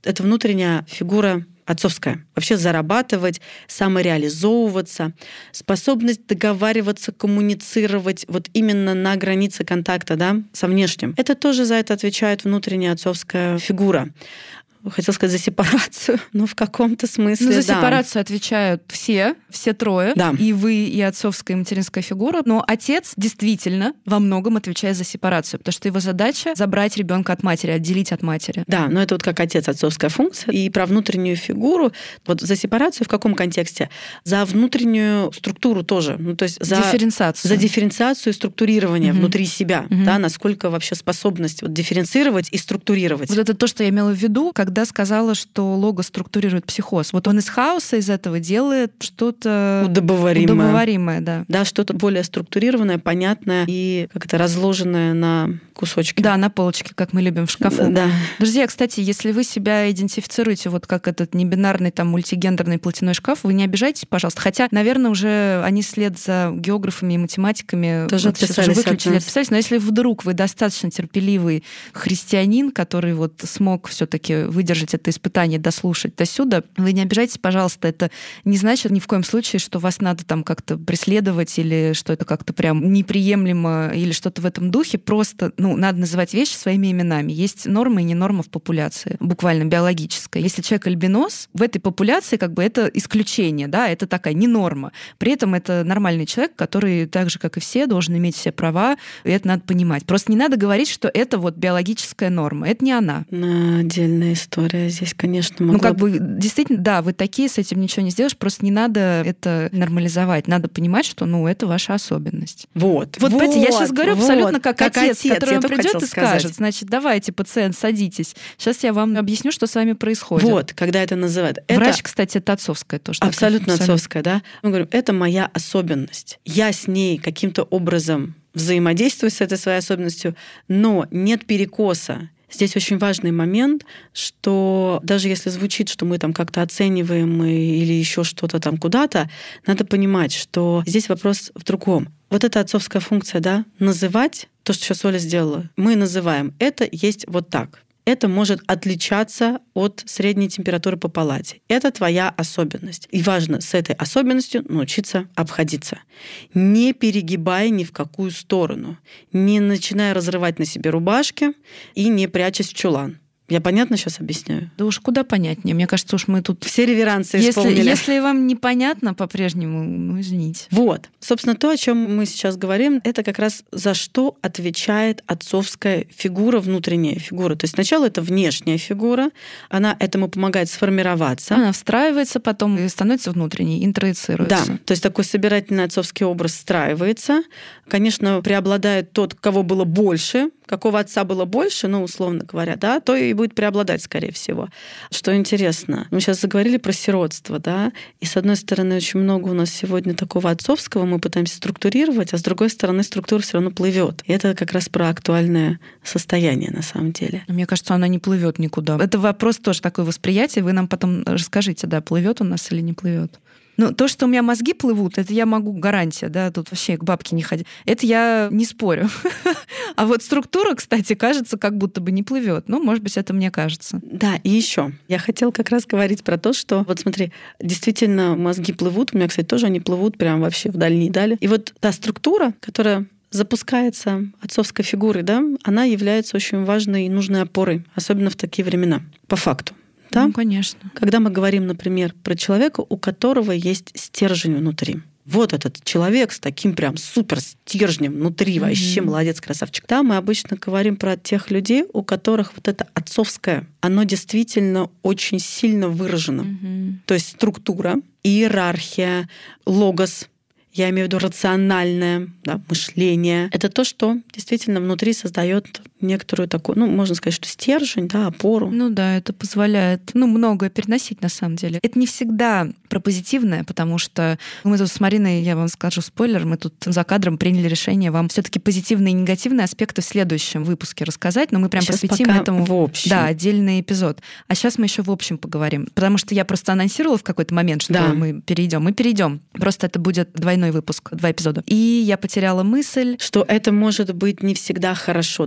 Это внутренняя фигура отцовская. Вообще зарабатывать, самореализовываться, способность договариваться, коммуницировать вот именно на границе контакта, да, со внешним. Это тоже за это отвечает внутренняя отцовская фигура. Хотел сказать за сепарацию, но в каком-то смысле, за сепарацию отвечают все трое, и вы, и отцовская, и материнская фигура, но отец действительно во многом отвечает за сепарацию, потому что его задача — забрать ребенка от матери, отделить от матери. Да, но это вот как отец, отцовская функция. И про внутреннюю фигуру, вот за сепарацию в каком контексте? За внутреннюю структуру тоже. Ну, то есть за дифференциацию и структурирование внутри себя. Да, насколько вообще способность вот дифференцировать и структурировать. Вот это то, что я имела в виду, когда сказала, что логос структурирует психоз. Вот он из хаоса из этого делает что-то удобоваримое, да. Да, что-то более структурированное, понятное и как-то разложенное на кусочки. Да, на полочке, как мы любим в шкафу. Да. Друзья, кстати, если вы себя идентифицируете вот как этот небинарный там мультигендерный платяной шкаф, вы не обижайтесь, пожалуйста. Хотя, наверное, уже они вслед за географами и математиками тоже отписались. Но если вдруг вы достаточно терпеливый христианин, который вот смог все-таки выдержать это испытание, дослушать до сюда, вы не обижайтесь, пожалуйста. Это не значит ни в коем случае, что вас надо там как-то преследовать или что это как-то прям неприемлемо или что-то в этом духе. Просто, надо называть вещи своими именами. Есть норма и не норма в популяции, буквально биологическая. Если человек альбинос, в этой популяции как бы это исключение, да, это такая не норма. При этом это нормальный человек, который так же, как и все, должен иметь все права, и это надо понимать. Просто не надо говорить, что это вот биологическая норма. Это не она. Отдельная история здесь, конечно, могла... действительно, да, вы такие, с этим ничего не сделаешь, просто не надо это нормализовать. Надо понимать, что, это ваша особенность. Понимаете, я сейчас говорю абсолютно как отец, который придет и скажет, значит, давайте, пациент, садитесь. Сейчас я вам объясню, что с вами происходит. Когда это называют. Врач, кстати, это отцовская тоже. Абсолютно отцовская, да. Мы говорим, это моя особенность. Я с ней каким-то образом взаимодействую с этой своей особенностью, но нет перекоса. Здесь очень важный момент, что даже если звучит, что мы там как-то оцениваем или еще что-то там куда-то, надо понимать, что здесь вопрос в другом. Вот эта отцовская функция, да, называть то, что сейчас Оля сделала, мы называем это есть вот так. Это может отличаться от средней температуры по палате. Это твоя особенность. И важно с этой особенностью научиться обходиться. Не перегибая ни в какую сторону. Не начиная разрывать на себе рубашки и не прячась в чулан. Я понятно сейчас объясняю? Да уж куда понятнее. Мне кажется, уж мы тут... Все реверансы исполнили. Если вам непонятно по-прежнему, извините. Собственно, то, о чем мы сейчас говорим, это как раз за что отвечает отцовская фигура, внутренняя фигура. То есть сначала это внешняя фигура, она этому помогает сформироваться. Она встраивается потом и становится внутренней, интроицируется. Да, то есть такой собирательный отцовский образ встраивается. Конечно, преобладает тот, кого было больше, какого отца было больше, условно говоря, да, то и будет преобладать, скорее всего. Что интересно, мы сейчас заговорили про сиротство, да, и с одной стороны очень много у нас сегодня такого отцовского мы пытаемся структурировать, а с другой стороны структура все равно плывет. И это как раз про актуальное состояние на самом деле. Мне кажется, она не плывет никуда. Это вопрос тоже такое восприятие. Вы нам потом расскажите, да, плывет у нас или не плывет. То, что у меня мозги плывут, это я могу, гарантия, да, тут вообще к бабке не ходи. Это я не спорю. А вот структура, кстати, кажется, как будто бы не плывет. Может быть, это мне кажется. Да, и еще я хотела как раз говорить про то, что вот смотри, действительно мозги плывут. У меня, кстати, тоже они плывут прям вообще в дальние дали. И вот та структура, которая запускается отцовской фигурой, да, она является очень важной и нужной опорой, особенно в такие времена, по факту. Да? Конечно. Когда мы говорим, например, про человека, у которого есть стержень внутри. Вот этот человек с таким прям супер стержнем внутри, вообще молодец, красавчик. Да, мы обычно говорим про тех людей, у которых вот это отцовское, оно действительно очень сильно выражено. То есть структура, иерархия, логос, я имею в виду рациональное, да, мышление. Это то, что действительно внутри создает некоторую такую, можно сказать, что стержень, да, опору. Да, это позволяет, многое переносить на самом деле. Это не всегда про позитивное, потому что мы тут с Мариной, я вам скажу спойлер, мы тут за кадром приняли решение вам все-таки позитивные и негативные аспекты в следующем выпуске рассказать, но мы прям сейчас посвятим этому в общем. Да, отдельный эпизод. А сейчас мы еще в общем поговорим, потому что я просто анонсировала в какой-то момент, что мы перейдем. Мы перейдем. Просто это будет двойной выпуск, 2 эпизода. И я потеряла мысль. Что это может быть не всегда хорошо, ты говоришь.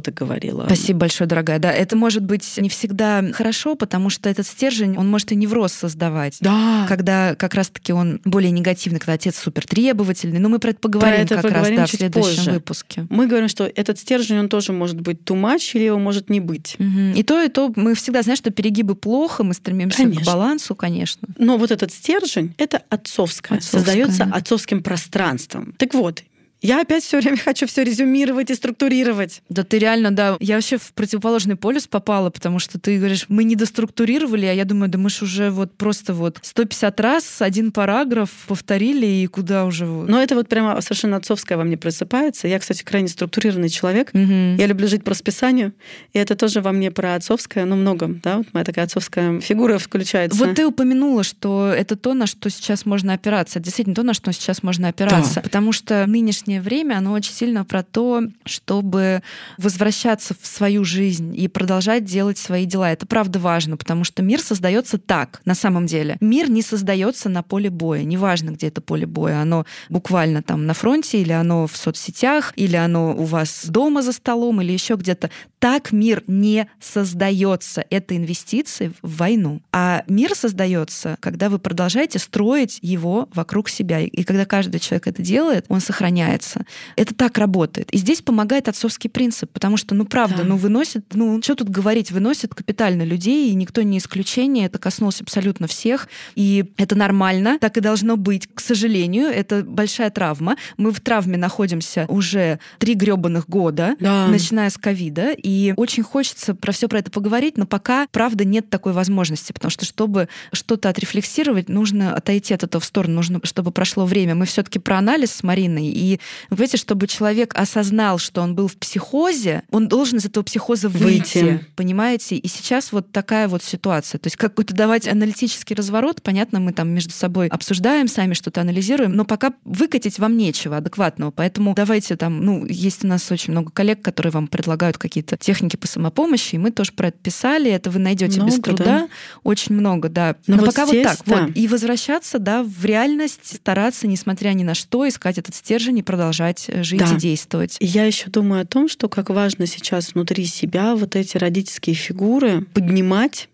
говорила. Спасибо большое, дорогая. Да, это может быть не всегда хорошо, потому что этот стержень, он может и невроз создавать. Да. Когда как раз-таки он более негативный, когда отец супертребовательный. Но мы про это поговорим про это поговорим в чуть следующем позже. Выпуске. Мы говорим, что этот стержень, он тоже может быть too much, или его может не быть. И то мы всегда знаем, что перегибы плохо, мы стремимся к балансу, конечно. Но вот этот стержень — это отцовское. Создается отцовским пространством. Так вот, я опять все время хочу все резюмировать и структурировать. Да ты реально, да. Я вообще в противоположный полюс попала, потому что ты говоришь, мы не доструктурировали, а я думаю, да мы ж уже просто 150 раз один параграф повторили, и куда уже... Но это прямо совершенно отцовское во мне просыпается. Я, кстати, крайне структурированный человек. Я люблю жить по расписанию, и это тоже во мне про отцовское, но много, да, моя такая отцовская фигура включается. Вот ты упомянула, что это то, на что сейчас можно опираться. Это действительно то, на что сейчас можно опираться. Да. Потому что нынешнее время, оно очень сильно про то, чтобы возвращаться в свою жизнь и продолжать делать свои дела. Это правда важно, потому что мир создается так, на самом деле. Мир не создается на поле боя. Неважно, где это поле боя. Оно буквально там на фронте, или оно в соцсетях, или оно у вас дома за столом, или еще где-то. Так мир не создается. Это инвестиции в войну. А мир создается, когда вы продолжаете строить его вокруг себя. И когда каждый человек это делает, он сохраняется. Это так работает. И здесь помогает отцовский принцип, потому что, правда, выносит, что тут говорить, выносит капитально людей, и никто не исключение. Это коснулось абсолютно всех. И это нормально, так и должно быть. К сожалению, это большая травма. Мы в травме находимся уже 3 грёбаных года, начиная с ковида, и очень хочется про это поговорить, но пока, правда, нет такой возможности, потому что, чтобы что-то отрефлексировать, нужно отойти от этого в сторону, нужно, чтобы прошло время. Мы все-таки про анализ с Мариной, и вы понимаете, чтобы человек осознал, что он был в психозе, он должен из этого психоза выйти. Понимаете? И сейчас такая ситуация. То есть какой-то давать аналитический разворот, понятно, мы там между собой обсуждаем, сами что-то анализируем, но пока выкатить вам нечего адекватного. Поэтому давайте есть у нас очень много коллег, которые вам предлагают какие-то техники по самопомощи, и мы тоже про это писали, это вы найдете без труда. Да? Очень много, да. Но пока здесь, так. Да. И возвращаться, в реальность, стараться, несмотря ни на что, искать этот стержень и продолжать жить и действовать. Я еще думаю о том, что как важно сейчас внутри себя эти родительские фигуры поднимать.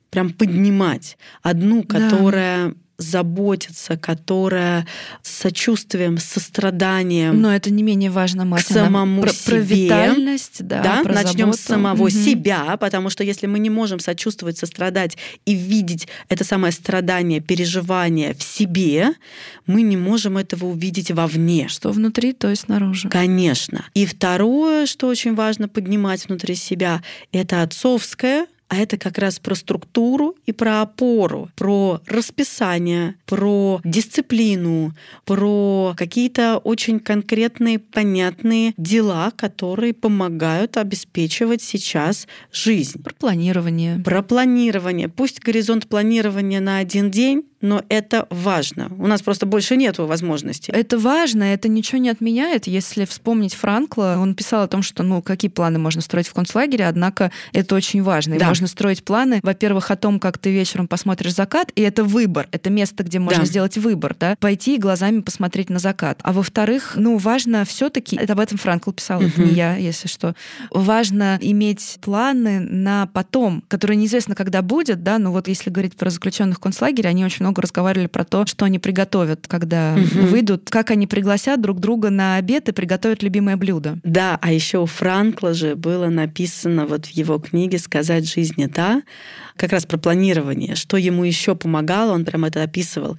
Одну, которая заботится, которая с сочувствием, с состраданием. Но это не менее важно, мать. К самому себе. Про витальность, про начнем заботу. с самого себя, потому что если мы не можем сочувствовать, сострадать и видеть это самое страдание, переживание в себе, мы не можем этого увидеть вовне. Что внутри, то и снаружи. Конечно. И второе, что очень важно поднимать внутри себя, это отцовское. А это как раз про структуру и про опору, про расписание, про дисциплину, про какие-то очень конкретные, понятные дела, которые помогают обеспечивать сейчас жизнь. Про планирование. Про планирование. Пусть горизонт планирования на 1 день, но это важно. У нас просто больше нету возможностей. Это важно, это ничего не отменяет. Если вспомнить Франкла, он писал о том, что какие планы можно строить в концлагере, однако это очень важно. И можно строить планы, во-первых, о том, как ты вечером посмотришь закат, и это выбор, это место, где можно сделать выбор, пойти и глазами посмотреть на закат. А во-вторых, важно все-таки, это об этом Франкл писал, это не я, если что, важно иметь планы на потом, которые неизвестно, когда будет, но если говорить про заключенных в концлагере, они очень много разговаривали про то, что они приготовят, когда выйдут, как они пригласят друг друга на обед и приготовят любимое блюдо. Да, а еще у Франкла же было написано в его книге «Сказать жизни да», как раз про планирование, что ему еще помогало, он прям это описывал.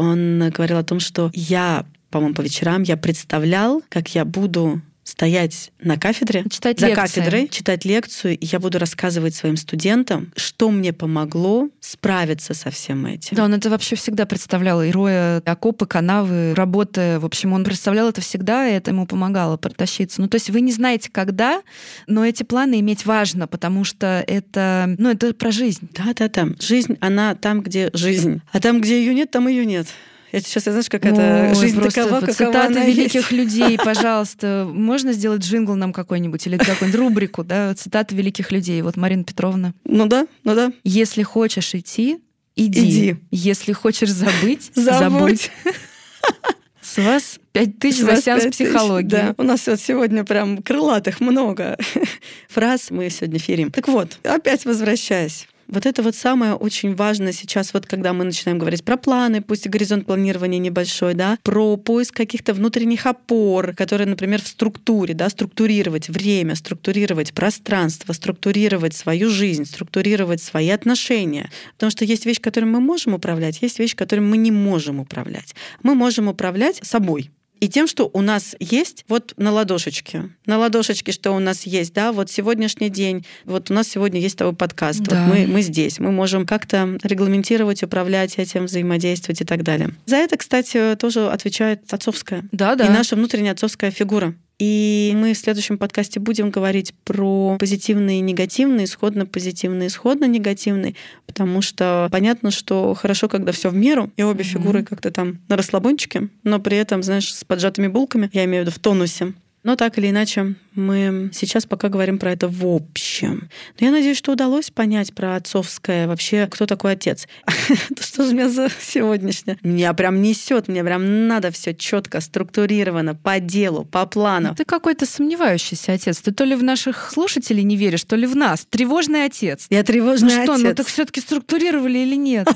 Он говорил о том, что по-моему, по вечерам я представлял, как я буду стоять на кафедре, кафедрой, читать лекцию, и я буду рассказывать своим студентам, что мне помогло справиться со всем этим. Да, он это вообще всегда представлял, и роя окопы, канавы, работы. В общем, он представлял это всегда, и это ему помогало протащиться. То есть вы не знаете, когда, но эти планы иметь важно, потому что это про жизнь. Да. Жизнь, она там, где жизнь. А там, где ее нет, там ее нет. Сейчас, знаешь, как это жизнь такова, какова она цитаты великих людей, пожалуйста. Можно сделать джингл нам какой-нибудь или какую-нибудь рубрику, цитаты великих людей. Марина Петровна. Ну да. Если хочешь идти, иди. Если хочешь забыть, забудь. вас 5000 за сеанс психологии. Да, у нас вот сегодня прям крылатых много фраз мы сегодня ферим. Так вот, опять возвращаясь. Вот это вот самое очень важное сейчас, вот когда мы начинаем говорить про планы, пусть и горизонт планирования небольшой, да, про поиск каких-то внутренних опор, которые, например, в структуре, да, структурировать время, структурировать пространство, структурировать свою жизнь, структурировать свои отношения. Потому что есть вещи, которыми мы можем управлять, есть вещи, которыми мы не можем управлять. Мы можем управлять собой. И тем, что у нас есть вот на ладошечке. На ладошечке, что у нас есть, да, вот сегодняшний день, вот у нас сегодня есть твой подкаст, да. Вот мы здесь, мы можем как-то регламентировать, управлять этим, взаимодействовать и так далее. За это, кстати, тоже отвечает отцовская. Да. И наша внутренняя отцовская фигура. И мы в следующем подкасте будем говорить про позитивные и негативные, исходно-позитивные, исходно-негативные, потому что понятно, что хорошо, когда все в меру, и обе фигуры как-то там на расслабончике, но при этом, знаешь, с поджатыми булками, я имею в виду в тонусе. Но так или иначе, мы сейчас пока говорим про это в общем. Но я надеюсь, что удалось понять про отцовское, вообще, кто такой отец. Что же меня за сегодняшнее? Меня прям несет, мне прям надо все четко, структурировано, по делу, по плану. Ты какой-то сомневающийся отец. Ты то ли в наших слушателей не веришь, то ли в нас. Тревожный отец. Я тревожный отец. Ну что, так все-таки структурировали или нет?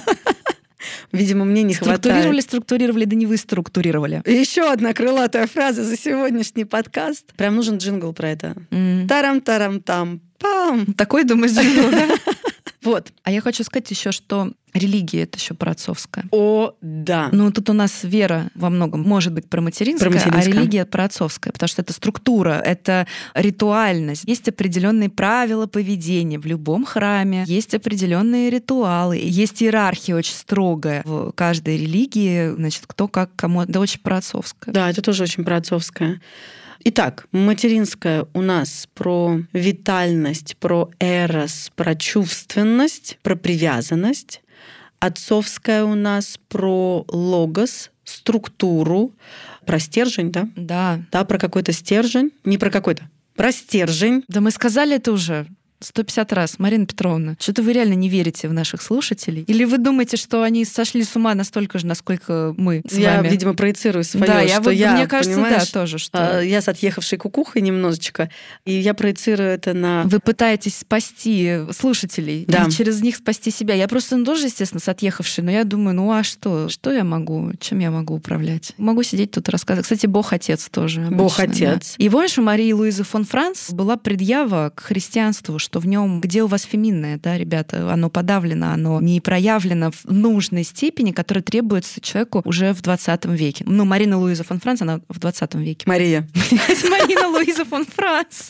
Видимо, мне не хватает. Структурировали, да не вы структурировали. Еще одна крылатая фраза за сегодняшний подкаст. Прям нужен джингл про это. Тарам-тарам-там. Пам. Такой, думаешь, джингл, да? Вот. А я хочу сказать еще, что религия — это еще про отцовское. О, да. Ну, тут у нас вера во многом может быть про материнское, а религия про отцовское, потому что это структура, это ритуальность. Есть определенные правила поведения в любом храме, есть определенные ритуалы, есть иерархия очень строгая в каждой религии, значит, кто как кому. Да, очень про отцовское. Да, это тоже очень про отцовское. Итак, материнское у нас про витальность, про эрос, про чувственность, про привязанность. Отцовское у нас про логос, структуру, про стержень, да? Да. Да, про какой-то стержень. Не про какой-то, про стержень. Да мы сказали это уже 150 раз. Марина Петровна, что-то вы реально не верите в наших слушателей? Или вы думаете, что они сошли с ума настолько же, насколько мы с вами? Я, видимо, проецирую свое, да, мне кажется, да, тоже. Что... Я с отъехавшей кукухой немножечко, и я проецирую это на... Вы пытаетесь спасти слушателей, да. И через них спасти себя. Я просто тоже, естественно, с отъехавшей, но я думаю, ну а что? Что я могу? Чем я могу управлять? Могу сидеть тут и рассказывать. Кстати, Бог-Отец тоже. Обычно, Бог-Отец. Да. И помнишь, у Марии Луизы фон Франц была предъява к христианству, что в нем, где у вас феминное, да, ребята, оно подавлено, оно не проявлено в нужной степени, которая требуется человеку уже в 20 веке. Ну, Марина Луиза фон Франц, она в 20 веке. Мария. Марина Луиза фон Франц.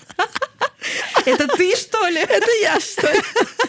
Это ты, что ли? Это я, что ли?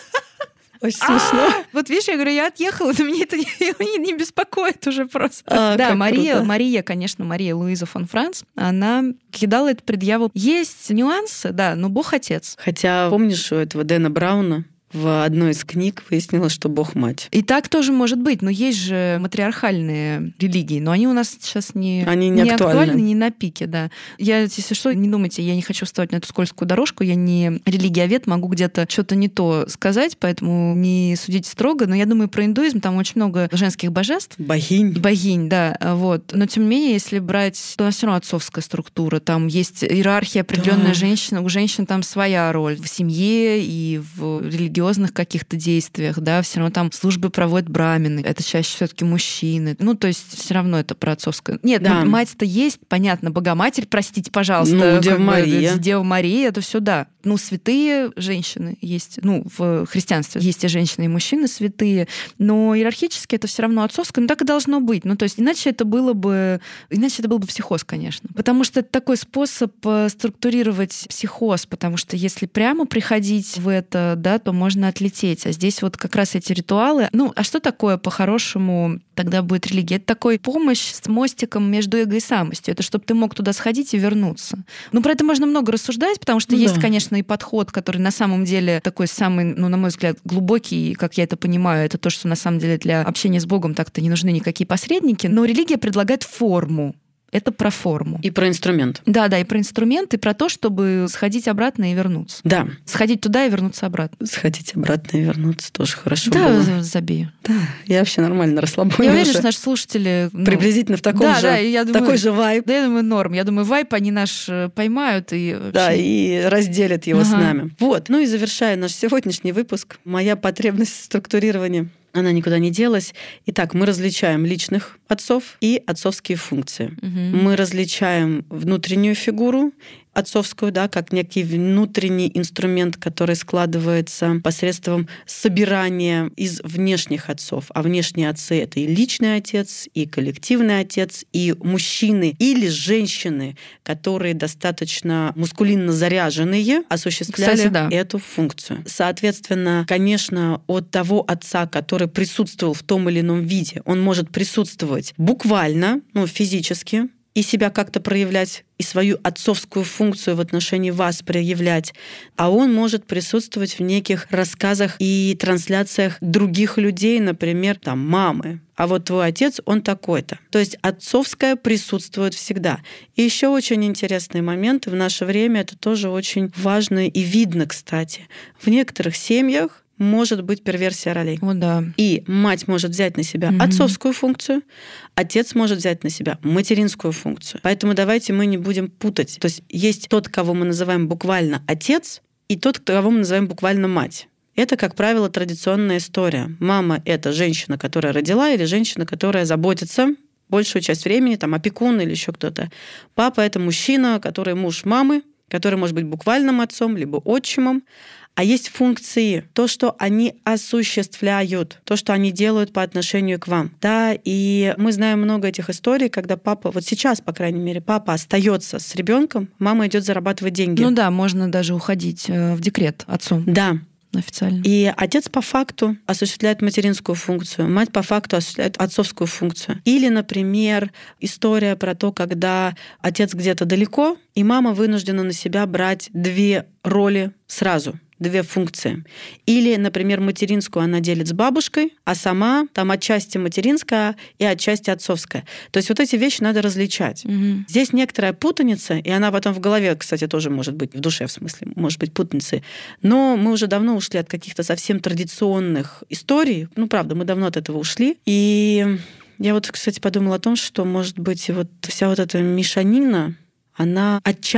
Очень смешно. Вот видишь, я говорю, я отъехала, но меня это не беспокоит уже просто. Да, Мария, конечно, Мария Луиза фон Франц, она кидала эту предъяву. Есть нюансы, да, но Бог-Отец. Хотя, помнишь, у этого Дэна Брауна в одной из книг выяснилось, что Бог мать. И так тоже может быть, но есть же матриархальные религии, но они у нас сейчас не актуальны, не на пике, да. Я, если что, не думайте, я не хочу вставать на эту скользкую дорожку, я не религиовед, могу где-то что-то не то сказать, поэтому не судите строго, но я думаю, про индуизм там очень много женских божеств. Богинь, да, вот. Но тем не менее, если брать, то у нас все равно отцовская структура, там есть иерархия определенная женщина, у женщин там своя роль в семье и в религиозных каких-то действиях, да, все равно там службы проводят брамины, это чаще все-таки мужчины. Ну, то есть все равно это про отцовское. Нет, да. Мать-то есть, понятно, Богоматерь, простите, пожалуйста. Ну, Дева Мария. Дева Мария, это все да. Ну, святые женщины есть, ну, в христианстве есть и женщины, и мужчины святые, но иерархически это все равно отцовское, но так и должно быть. Ну, то есть иначе это был бы психоз, конечно. Потому что это такой способ структурировать психоз, потому что если прямо приходить в это, да, то можно отлететь. А здесь вот как раз эти ритуалы. Ну, а что такое по-хорошему тогда будет религия? Это такой помощь с мостиком между эго и самостью. Это чтобы ты мог туда сходить и вернуться. Ну, про это можно много рассуждать, потому что есть, конечно, и подход, который на самом деле такой самый, ну, на мой взгляд, глубокий, как я это понимаю, это то, что на самом деле для общения с Богом так-то не нужны никакие посредники. Но религия предлагает форму. это про форму. И про инструмент. Да, и про инструмент, и про то, чтобы сходить обратно и вернуться. Да. Сходить туда и вернуться обратно. Сходить обратно и вернуться тоже хорошо да, было. Забей. Да, я вообще нормально расслаблена. Я уверена, что наши слушатели... приблизительно в таком такой же вайб. Да, я думаю, норм. Я думаю, вайб они наш поймают и... Да, и разделят его с нами. Вот. Ну и завершая наш сегодняшний выпуск, моя потребность в структурировании, она никуда не делась. Итак, мы различаем личных отцов и отцовские функции. Мы различаем внутреннюю фигуру отцовскую, да, как некий внутренний инструмент, который складывается посредством собирания из внешних отцов. А внешние отцы — это и личный отец, и коллективный отец, и мужчины или женщины, которые достаточно мускулинно заряженные, осуществляли эту функцию. Соответственно, конечно, от того отца, который присутствовал в том или ином виде, он может присутствовать буквально, физически, и себя как-то проявлять, и свою отцовскую функцию в отношении вас проявлять. А он может присутствовать в неких рассказах и трансляциях других людей, например, мамы. А вот твой отец, он такой-то. То есть отцовское присутствует всегда. И еще очень интересный момент, в наше время это тоже очень важно и видно, кстати. В некоторых семьях может быть перверсия ролей. О, да. И мать может взять на себя отцовскую функцию, отец может взять на себя материнскую функцию. Поэтому давайте мы не будем путать. То есть тот, кого мы называем буквально отец, и тот, кого мы называем буквально мать. Это, как правило, традиционная история. Мама — это женщина, которая родила, или женщина, которая заботится большую часть времени, опекун или еще кто-то. Папа — это мужчина, который муж мамы, который может быть буквальным отцом, либо отчимом. А есть функции, то, что они осуществляют, то, что они делают по отношению к вам. Да, и мы знаем много этих историй, когда папа, вот сейчас, по крайней мере, папа остается с ребенком, мама идет зарабатывать деньги. Ну да, можно даже уходить в декрет отцом. Да. Официально. И отец по факту осуществляет материнскую функцию, мать по факту осуществляет отцовскую функцию. Или, например, история про то, когда отец где-то далеко, и мама вынуждена на себя брать 2 роли сразу. 2 функции. Или, например, материнскую она делит с бабушкой, а сама отчасти материнская и отчасти отцовская. То есть вот эти вещи надо различать. Здесь некоторая путаница, и она потом в голове, кстати, тоже может быть, в душе, в смысле, может быть путаницей. Но мы уже давно ушли от каких-то совсем традиционных историй. Правда, мы давно от этого ушли. И я кстати, подумала о том, что, может быть, вся эта мешанина, она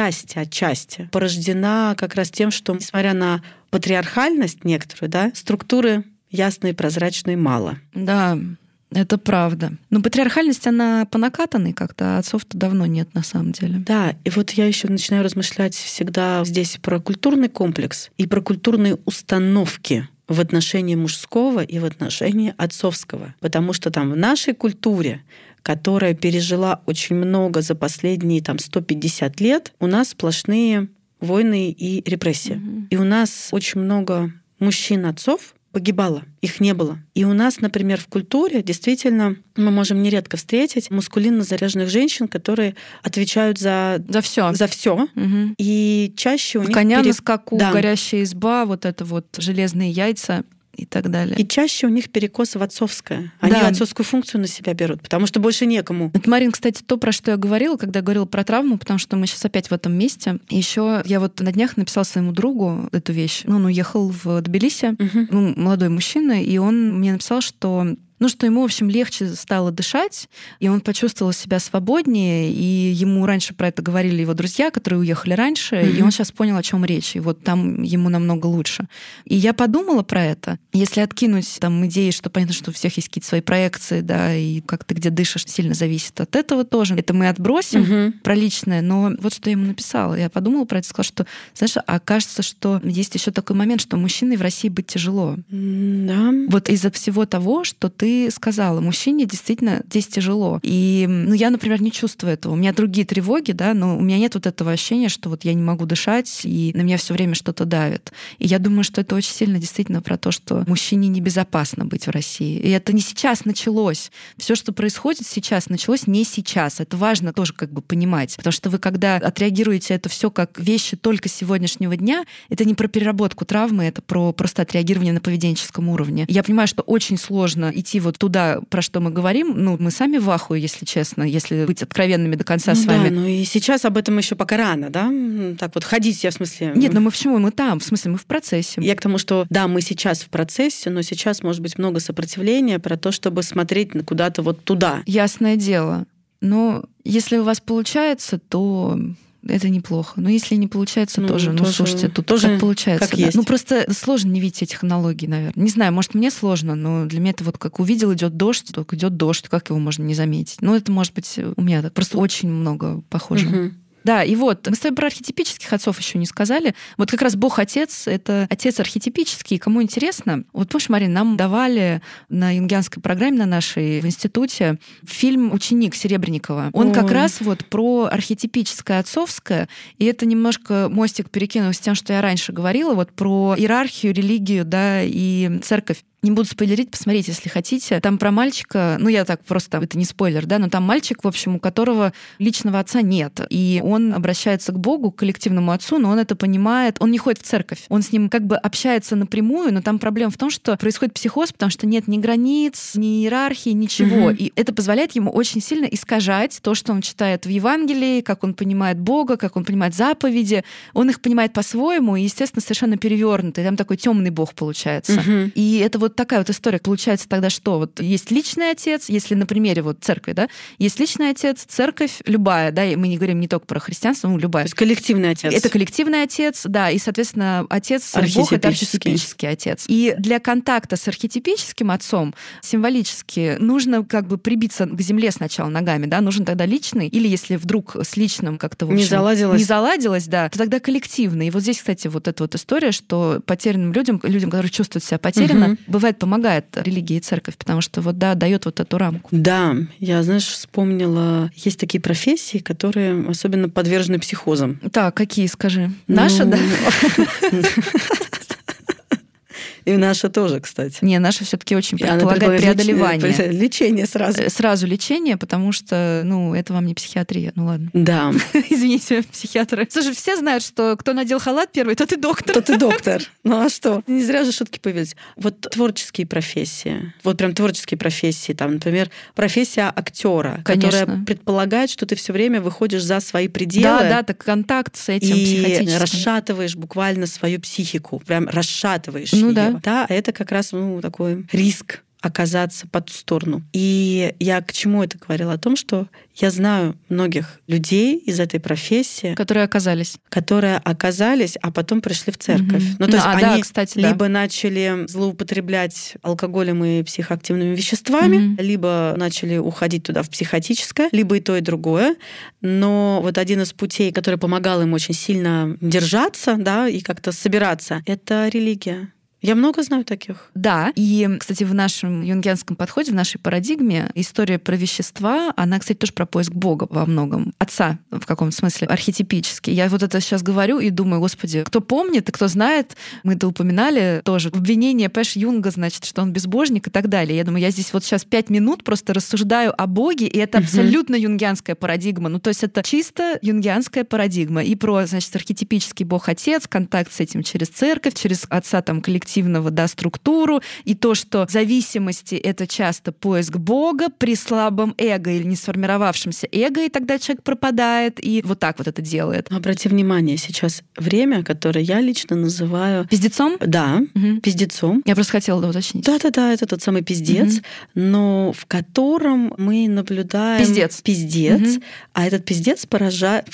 отчасти порождена как раз тем, что, несмотря на патриархальность некоторую, структуры ясные, прозрачные мало. Да, это правда. Но патриархальность, она по накатанной как-то, а отцов-то давно нет на самом деле. Да, и я еще начинаю размышлять всегда здесь про культурный комплекс и про культурные установки в отношении мужского и в отношении отцовского. Потому что в нашей культуре, которая пережила очень много за последние 150 лет, у нас сплошные войны и репрессии. И у нас очень много мужчин-отцов погибало, их не было. И у нас, например, в культуре действительно мы можем нередко встретить мускулинно заряженных женщин, которые отвечают за все. И чаще у них... Коня на скаку, горящая изба, железные яйца и так далее. И чаще у них перекос в отцовское. Они отцовскую функцию на себя берут, потому что больше некому. Это, Марин, кстати, то, про что я говорила, когда говорила про травму, потому что мы сейчас опять в этом месте. Еще я на днях написала своему другу эту вещь. Он уехал в Тбилиси, молодой мужчина, и он мне написал, что ему, в общем, легче стало дышать, и он почувствовал себя свободнее, и ему раньше про это говорили его друзья, которые уехали раньше, и он сейчас понял, о чем речь, и там ему намного лучше. И я подумала про это. Если откинуть идеи, что понятно, что у всех есть какие-то свои проекции, и как ты где дышишь сильно зависит от этого тоже. Это мы отбросим про личное, но что я ему написала. Я подумала про это, сказала, что, знаешь, окажется, что есть еще такой момент, что мужчиной в России быть тяжело. Да. Из-за всего того, что ты сказала, мужчине действительно здесь тяжело. И я, например, не чувствую этого. У меня другие тревоги, но у меня нет этого ощущения, что я не могу дышать, и на меня все время что-то давит. И я думаю, что это очень сильно действительно про то, что мужчине небезопасно быть в России. И это не сейчас началось. Все, что происходит сейчас, началось не сейчас. Это важно тоже понимать. Потому что вы, когда отреагируете это все как вещи только сегодняшнего дня, это не про переработку травмы, это про просто отреагирование на поведенческом уровне. Я понимаю, что очень сложно идти идти вот туда, про что мы говорим, ну, мы сами в ахуе, если честно, если быть откровенными до конца с вами. Да, ну и сейчас об этом еще пока рано, да? Так вот ходить, я в смысле... Нет, ну мы почему? Мы там, в смысле, мы в процессе. Я к тому, что да, мы сейчас в процессе, но сейчас может быть много сопротивления про то, чтобы смотреть куда-то вот туда. Ясное дело. Но если у вас получается, то это неплохо. Но если не получается, тоже, слушайте, тут тоже как получается. Как да. есть. Ну, просто сложно не видеть этих аналогий, наверное. Не знаю, может, мне сложно, но для меня это вот как увидел, идет дождь, только идет дождь, как его можно не заметить? Ну, это может быть у меня так. Просто очень много похожего. Да, и вот, мы с тобой про архетипических отцов еще не сказали. Вот как раз Бог-Отец — это отец архетипический. Кому интересно, вот помнишь, Марин, нам давали на юнгианской программе на нашей в институте фильм «Ученик» Серебренникова. Он как раз вот про архетипическое отцовское, и это немножко мостик перекинул с тем, что я раньше говорила, вот про иерархию, религию, да, и церковь. Не буду спойлерить, посмотрите, если хотите. Там про мальчика, ну я так просто, это не спойлер, да, но там мальчик, в общем, у которого личного отца нет. И он обращается к Богу, к коллективному отцу, но он это понимает, он не ходит в церковь. Он с ним как бы общается напрямую, но там проблема в том, что происходит психоз, потому что нет ни границ, ни иерархии, ничего. И это позволяет ему очень сильно искажать то, что он читает в Евангелии, как он понимает Бога, как он понимает заповеди. Он их понимает по-своему и, естественно, совершенно перевернутый. Там такой темный Бог получается. И это вот такая вот история. Получается тогда что? Вот есть личный отец, если на примере вот церкви, да, есть личный отец, церковь любая, да, и мы не говорим не только про христианство, ну, любая. То есть коллективный отец. Это коллективный отец, да, и, соответственно, отец Бог — это архетипический отец. И для контакта с архетипическим отцом символически нужно как бы прибиться к земле сначала ногами, да, нужен тогда личный, или если вдруг с личным как-то, в общем, не заладилось, да, то тогда коллективный. И вот здесь, кстати, вот эта вот история, что потерянным людям, которые чувствуют себя потерянно, бывает помогает религия и церковь, потому что вот, да, дает вот эту рамку. Да, я, знаешь, вспомнила, есть такие профессии, которые особенно подвержены психозам. Так, какие, скажи? Наша, да? И наша тоже, кстати. Не, наша все-таки очень предполагает преодолевание. Лечение сразу. Сразу лечение, потому что, ну, это вам не психиатрия. Ну ладно. Да. Извините, психиатры. Слушай, все знают, что кто надел халат первый, тот и доктор. Тот и доктор. Ну а что? Не зря же шутки появились. Вот творческие профессии. Вот прям творческие профессии. Там, например, профессия актера, которая предполагает, что ты все время выходишь за свои пределы. Да, так контакт с этим и расшатываешь буквально свою психику. Прям расшатываешь ее. Да. Да, это как раз такой риск оказаться по ту сторону. И я к чему это говорила? О том, что я знаю многих людей из этой профессии, которые оказались, а потом пришли в церковь. Ну, то есть они либо начали злоупотреблять алкоголем и психоактивными веществами, либо начали уходить туда в психотическое, либо и то, и другое. Но вот один из путей, который помогал им очень сильно держаться, да, и как-то собираться, это религия. Я много знаю таких. Да. И, кстати, в нашем юнгианском подходе, в нашей парадигме история про вещества, она, кстати, тоже про поиск Бога во многом. Отца в каком-то смысле архетипически. Я вот это сейчас говорю и думаю, господи, кто помнит и кто знает, мы это упоминали тоже, обвинение Пэш Юнга, значит, что он безбожник и так далее. Я думаю, я здесь вот сейчас 5 минут просто рассуждаю о Боге, и это абсолютно юнгианская парадигма. Ну, то есть это чисто юнгианская парадигма. И про, значит, архетипический Бог-Отец, контакт с этим через церковь, через отца там коллективного, да, структуру, и то, что зависимости — это часто поиск Бога при слабом эго или не сформировавшемся эго, и тогда человек пропадает, и вот так вот это делает. Обрати внимание, сейчас время, которое я лично называю... Пиздецом? Да, пиздецом. Я просто хотела уточнить. Да, это тот самый пиздец, но в котором мы наблюдаем... Пиздец. А этот пиздец порождает.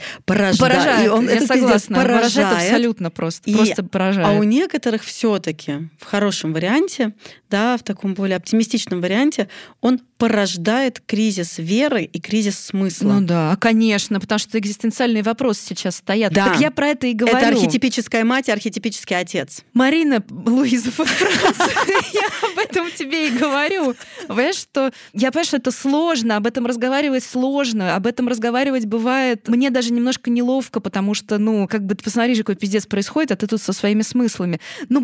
И он, я согласна, поражает абсолютно просто поражает. А у некоторых все-таки в хорошем варианте, да, в таком более оптимистичном варианте, он порождает кризис веры и кризис смысла. Ну да, конечно, потому что экзистенциальные вопросы сейчас стоят. Да. Так я про это и говорю. Это архетипическая мать и архетипический отец. Марина Луиза фон Франц, я об этом тебе и говорю. Понимаешь, что это сложно, об этом разговаривать сложно, об этом разговаривать бывает мне даже немножко неловко, потому что, ну, как бы ты посмотри, какой пиздец происходит, а ты тут со своими смыслами. Ну,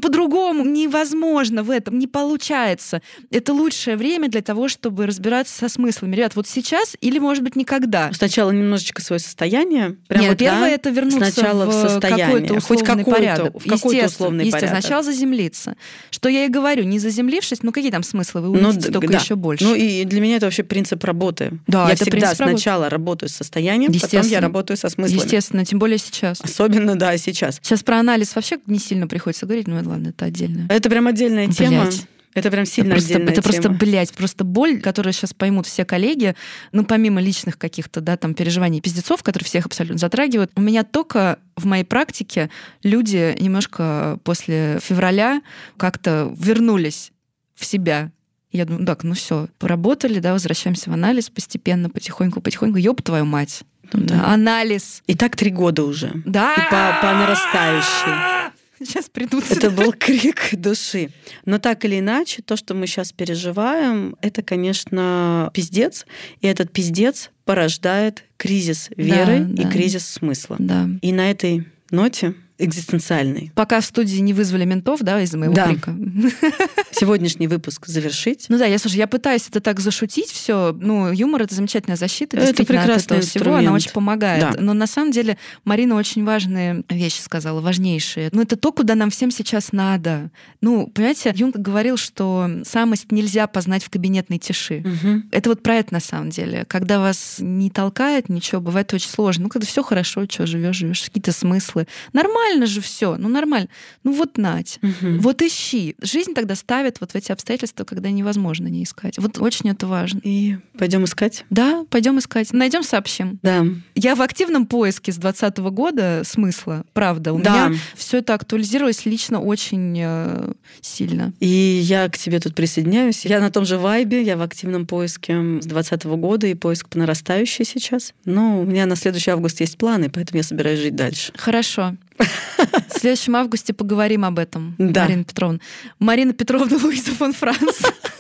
по-другому невозможно в этом, не получается. Это лучшее время для того, чтобы разбираться со смыслами. Ребят, вот сейчас или, может быть, никогда. Сначала немножечко свое состояние. Нет, вот, первое это вернуться сначала в состояние. Какой-то условный порядок. В какой-то условный порядок. Сначала заземлиться. Что я и говорю, не заземлившись, какие там смыслы? Вы увидите только еще больше. И для меня это вообще принцип работы. Да, я всегда сначала работаю с состоянием, потом я работаю со смыслами. Естественно, тем более сейчас. Особенно, да, сейчас. Сейчас про анализ вообще не сильно приходится говорить, ну ладно, это отдельно. Это прям отдельная тема. Это прям сильно отдельная тема. Это просто боль, которую сейчас поймут все коллеги, помимо личных каких-то, переживаний пиздецов, которые всех абсолютно затрагивают, у меня только в моей практике люди немножко после февраля как-то вернулись в себя. Я думаю, так, все, поработали, возвращаемся в анализ постепенно, потихоньку, ёб твою мать. Да. Анализ. И так 3 года уже. Да. И по нарастающей. Сейчас придут. Это был крик души. Но так или иначе, то, что мы сейчас переживаем, это, конечно, пиздец. И этот пиздец порождает кризис веры и кризис смысла. Да. И на этой ноте экзистенциальный. Пока в студии не вызвали ментов, из-за моего крика. Сегодняшний выпуск завершить. Я пытаюсь это так зашутить все. Юмор — это замечательная защита. Это прекрасный от всего, она очень помогает. Да. Но на самом деле Марина очень важные вещи сказала, важнейшие. Это то, куда нам всем сейчас надо. Понимаете, Юнг говорил, что самость нельзя познать в кабинетной тиши. Угу. Это вот про это на самом деле. Когда вас не толкает ничего, бывает очень сложно. Когда все хорошо, что живешь, какие-то смыслы. Нормально же все, нормально. нать. Угу. Вот ищи. Жизнь тогда ставит вот в эти обстоятельства, когда невозможно не искать. Вот очень это важно. И пойдем искать? Да, пойдем искать. Найдем, сообщим. Да. Я в активном поиске с 2020 года смысла, правда. У меня все это актуализировалось лично очень сильно. И я к тебе тут присоединяюсь. Я на том же вайбе, я в активном поиске с 2020 года и поиск по нарастающей сейчас. Но у меня на следующий август есть планы, поэтому я собираюсь жить дальше. Хорошо. В следующем августе поговорим об этом, да. Марина Петровна. Марина Петровна Луиза фон Франц.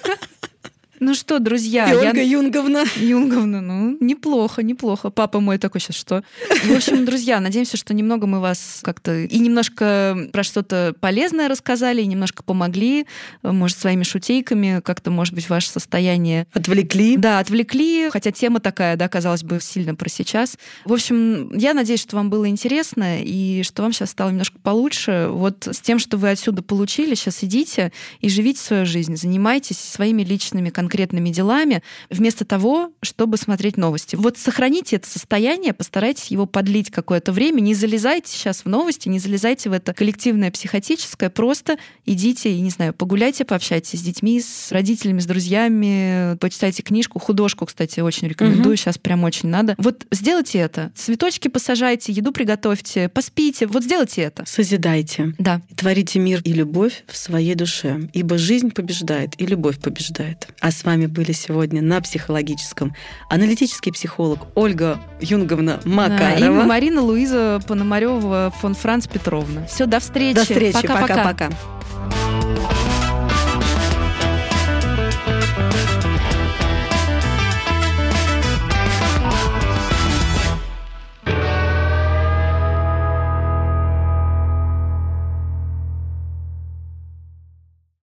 Ну что, друзья... Ольга Юнговна. Юнговна, неплохо. Папа мой такой сейчас, что? В общем, друзья, надеемся, что немного мы вас как-то и немножко про что-то полезное рассказали, и немножко помогли, может, своими шутейками как-то, может быть, ваше состояние... Отвлекли. Да, отвлекли, хотя тема такая, казалось бы, сильно про сейчас. В общем, я надеюсь, что вам было интересно, и что вам сейчас стало немножко получше. Вот с тем, что вы отсюда получили, сейчас идите и живите свою жизнь, занимайтесь своими личными конкретными делами, вместо того, чтобы смотреть новости. Вот сохраните это состояние, постарайтесь его подлить какое-то время, не залезайте сейчас в новости, не залезайте в это коллективное психотическое, просто идите и, не знаю, погуляйте, пообщайтесь с детьми, с родителями, с друзьями, почитайте книжку, художку, кстати, очень рекомендую, сейчас прям очень надо. Вот сделайте это, цветочки посажайте, еду приготовьте, поспите, вот сделайте это. Созидайте. Да. Творите мир и любовь в своей душе, ибо жизнь побеждает, и любовь побеждает. А с вами были сегодня на психологическом аналитический психолог Ольга Юнговна Макарова. И Марина Луиза Пономарёва фон Франц Петровна. Все, до встречи. До встречи. Пока-пока.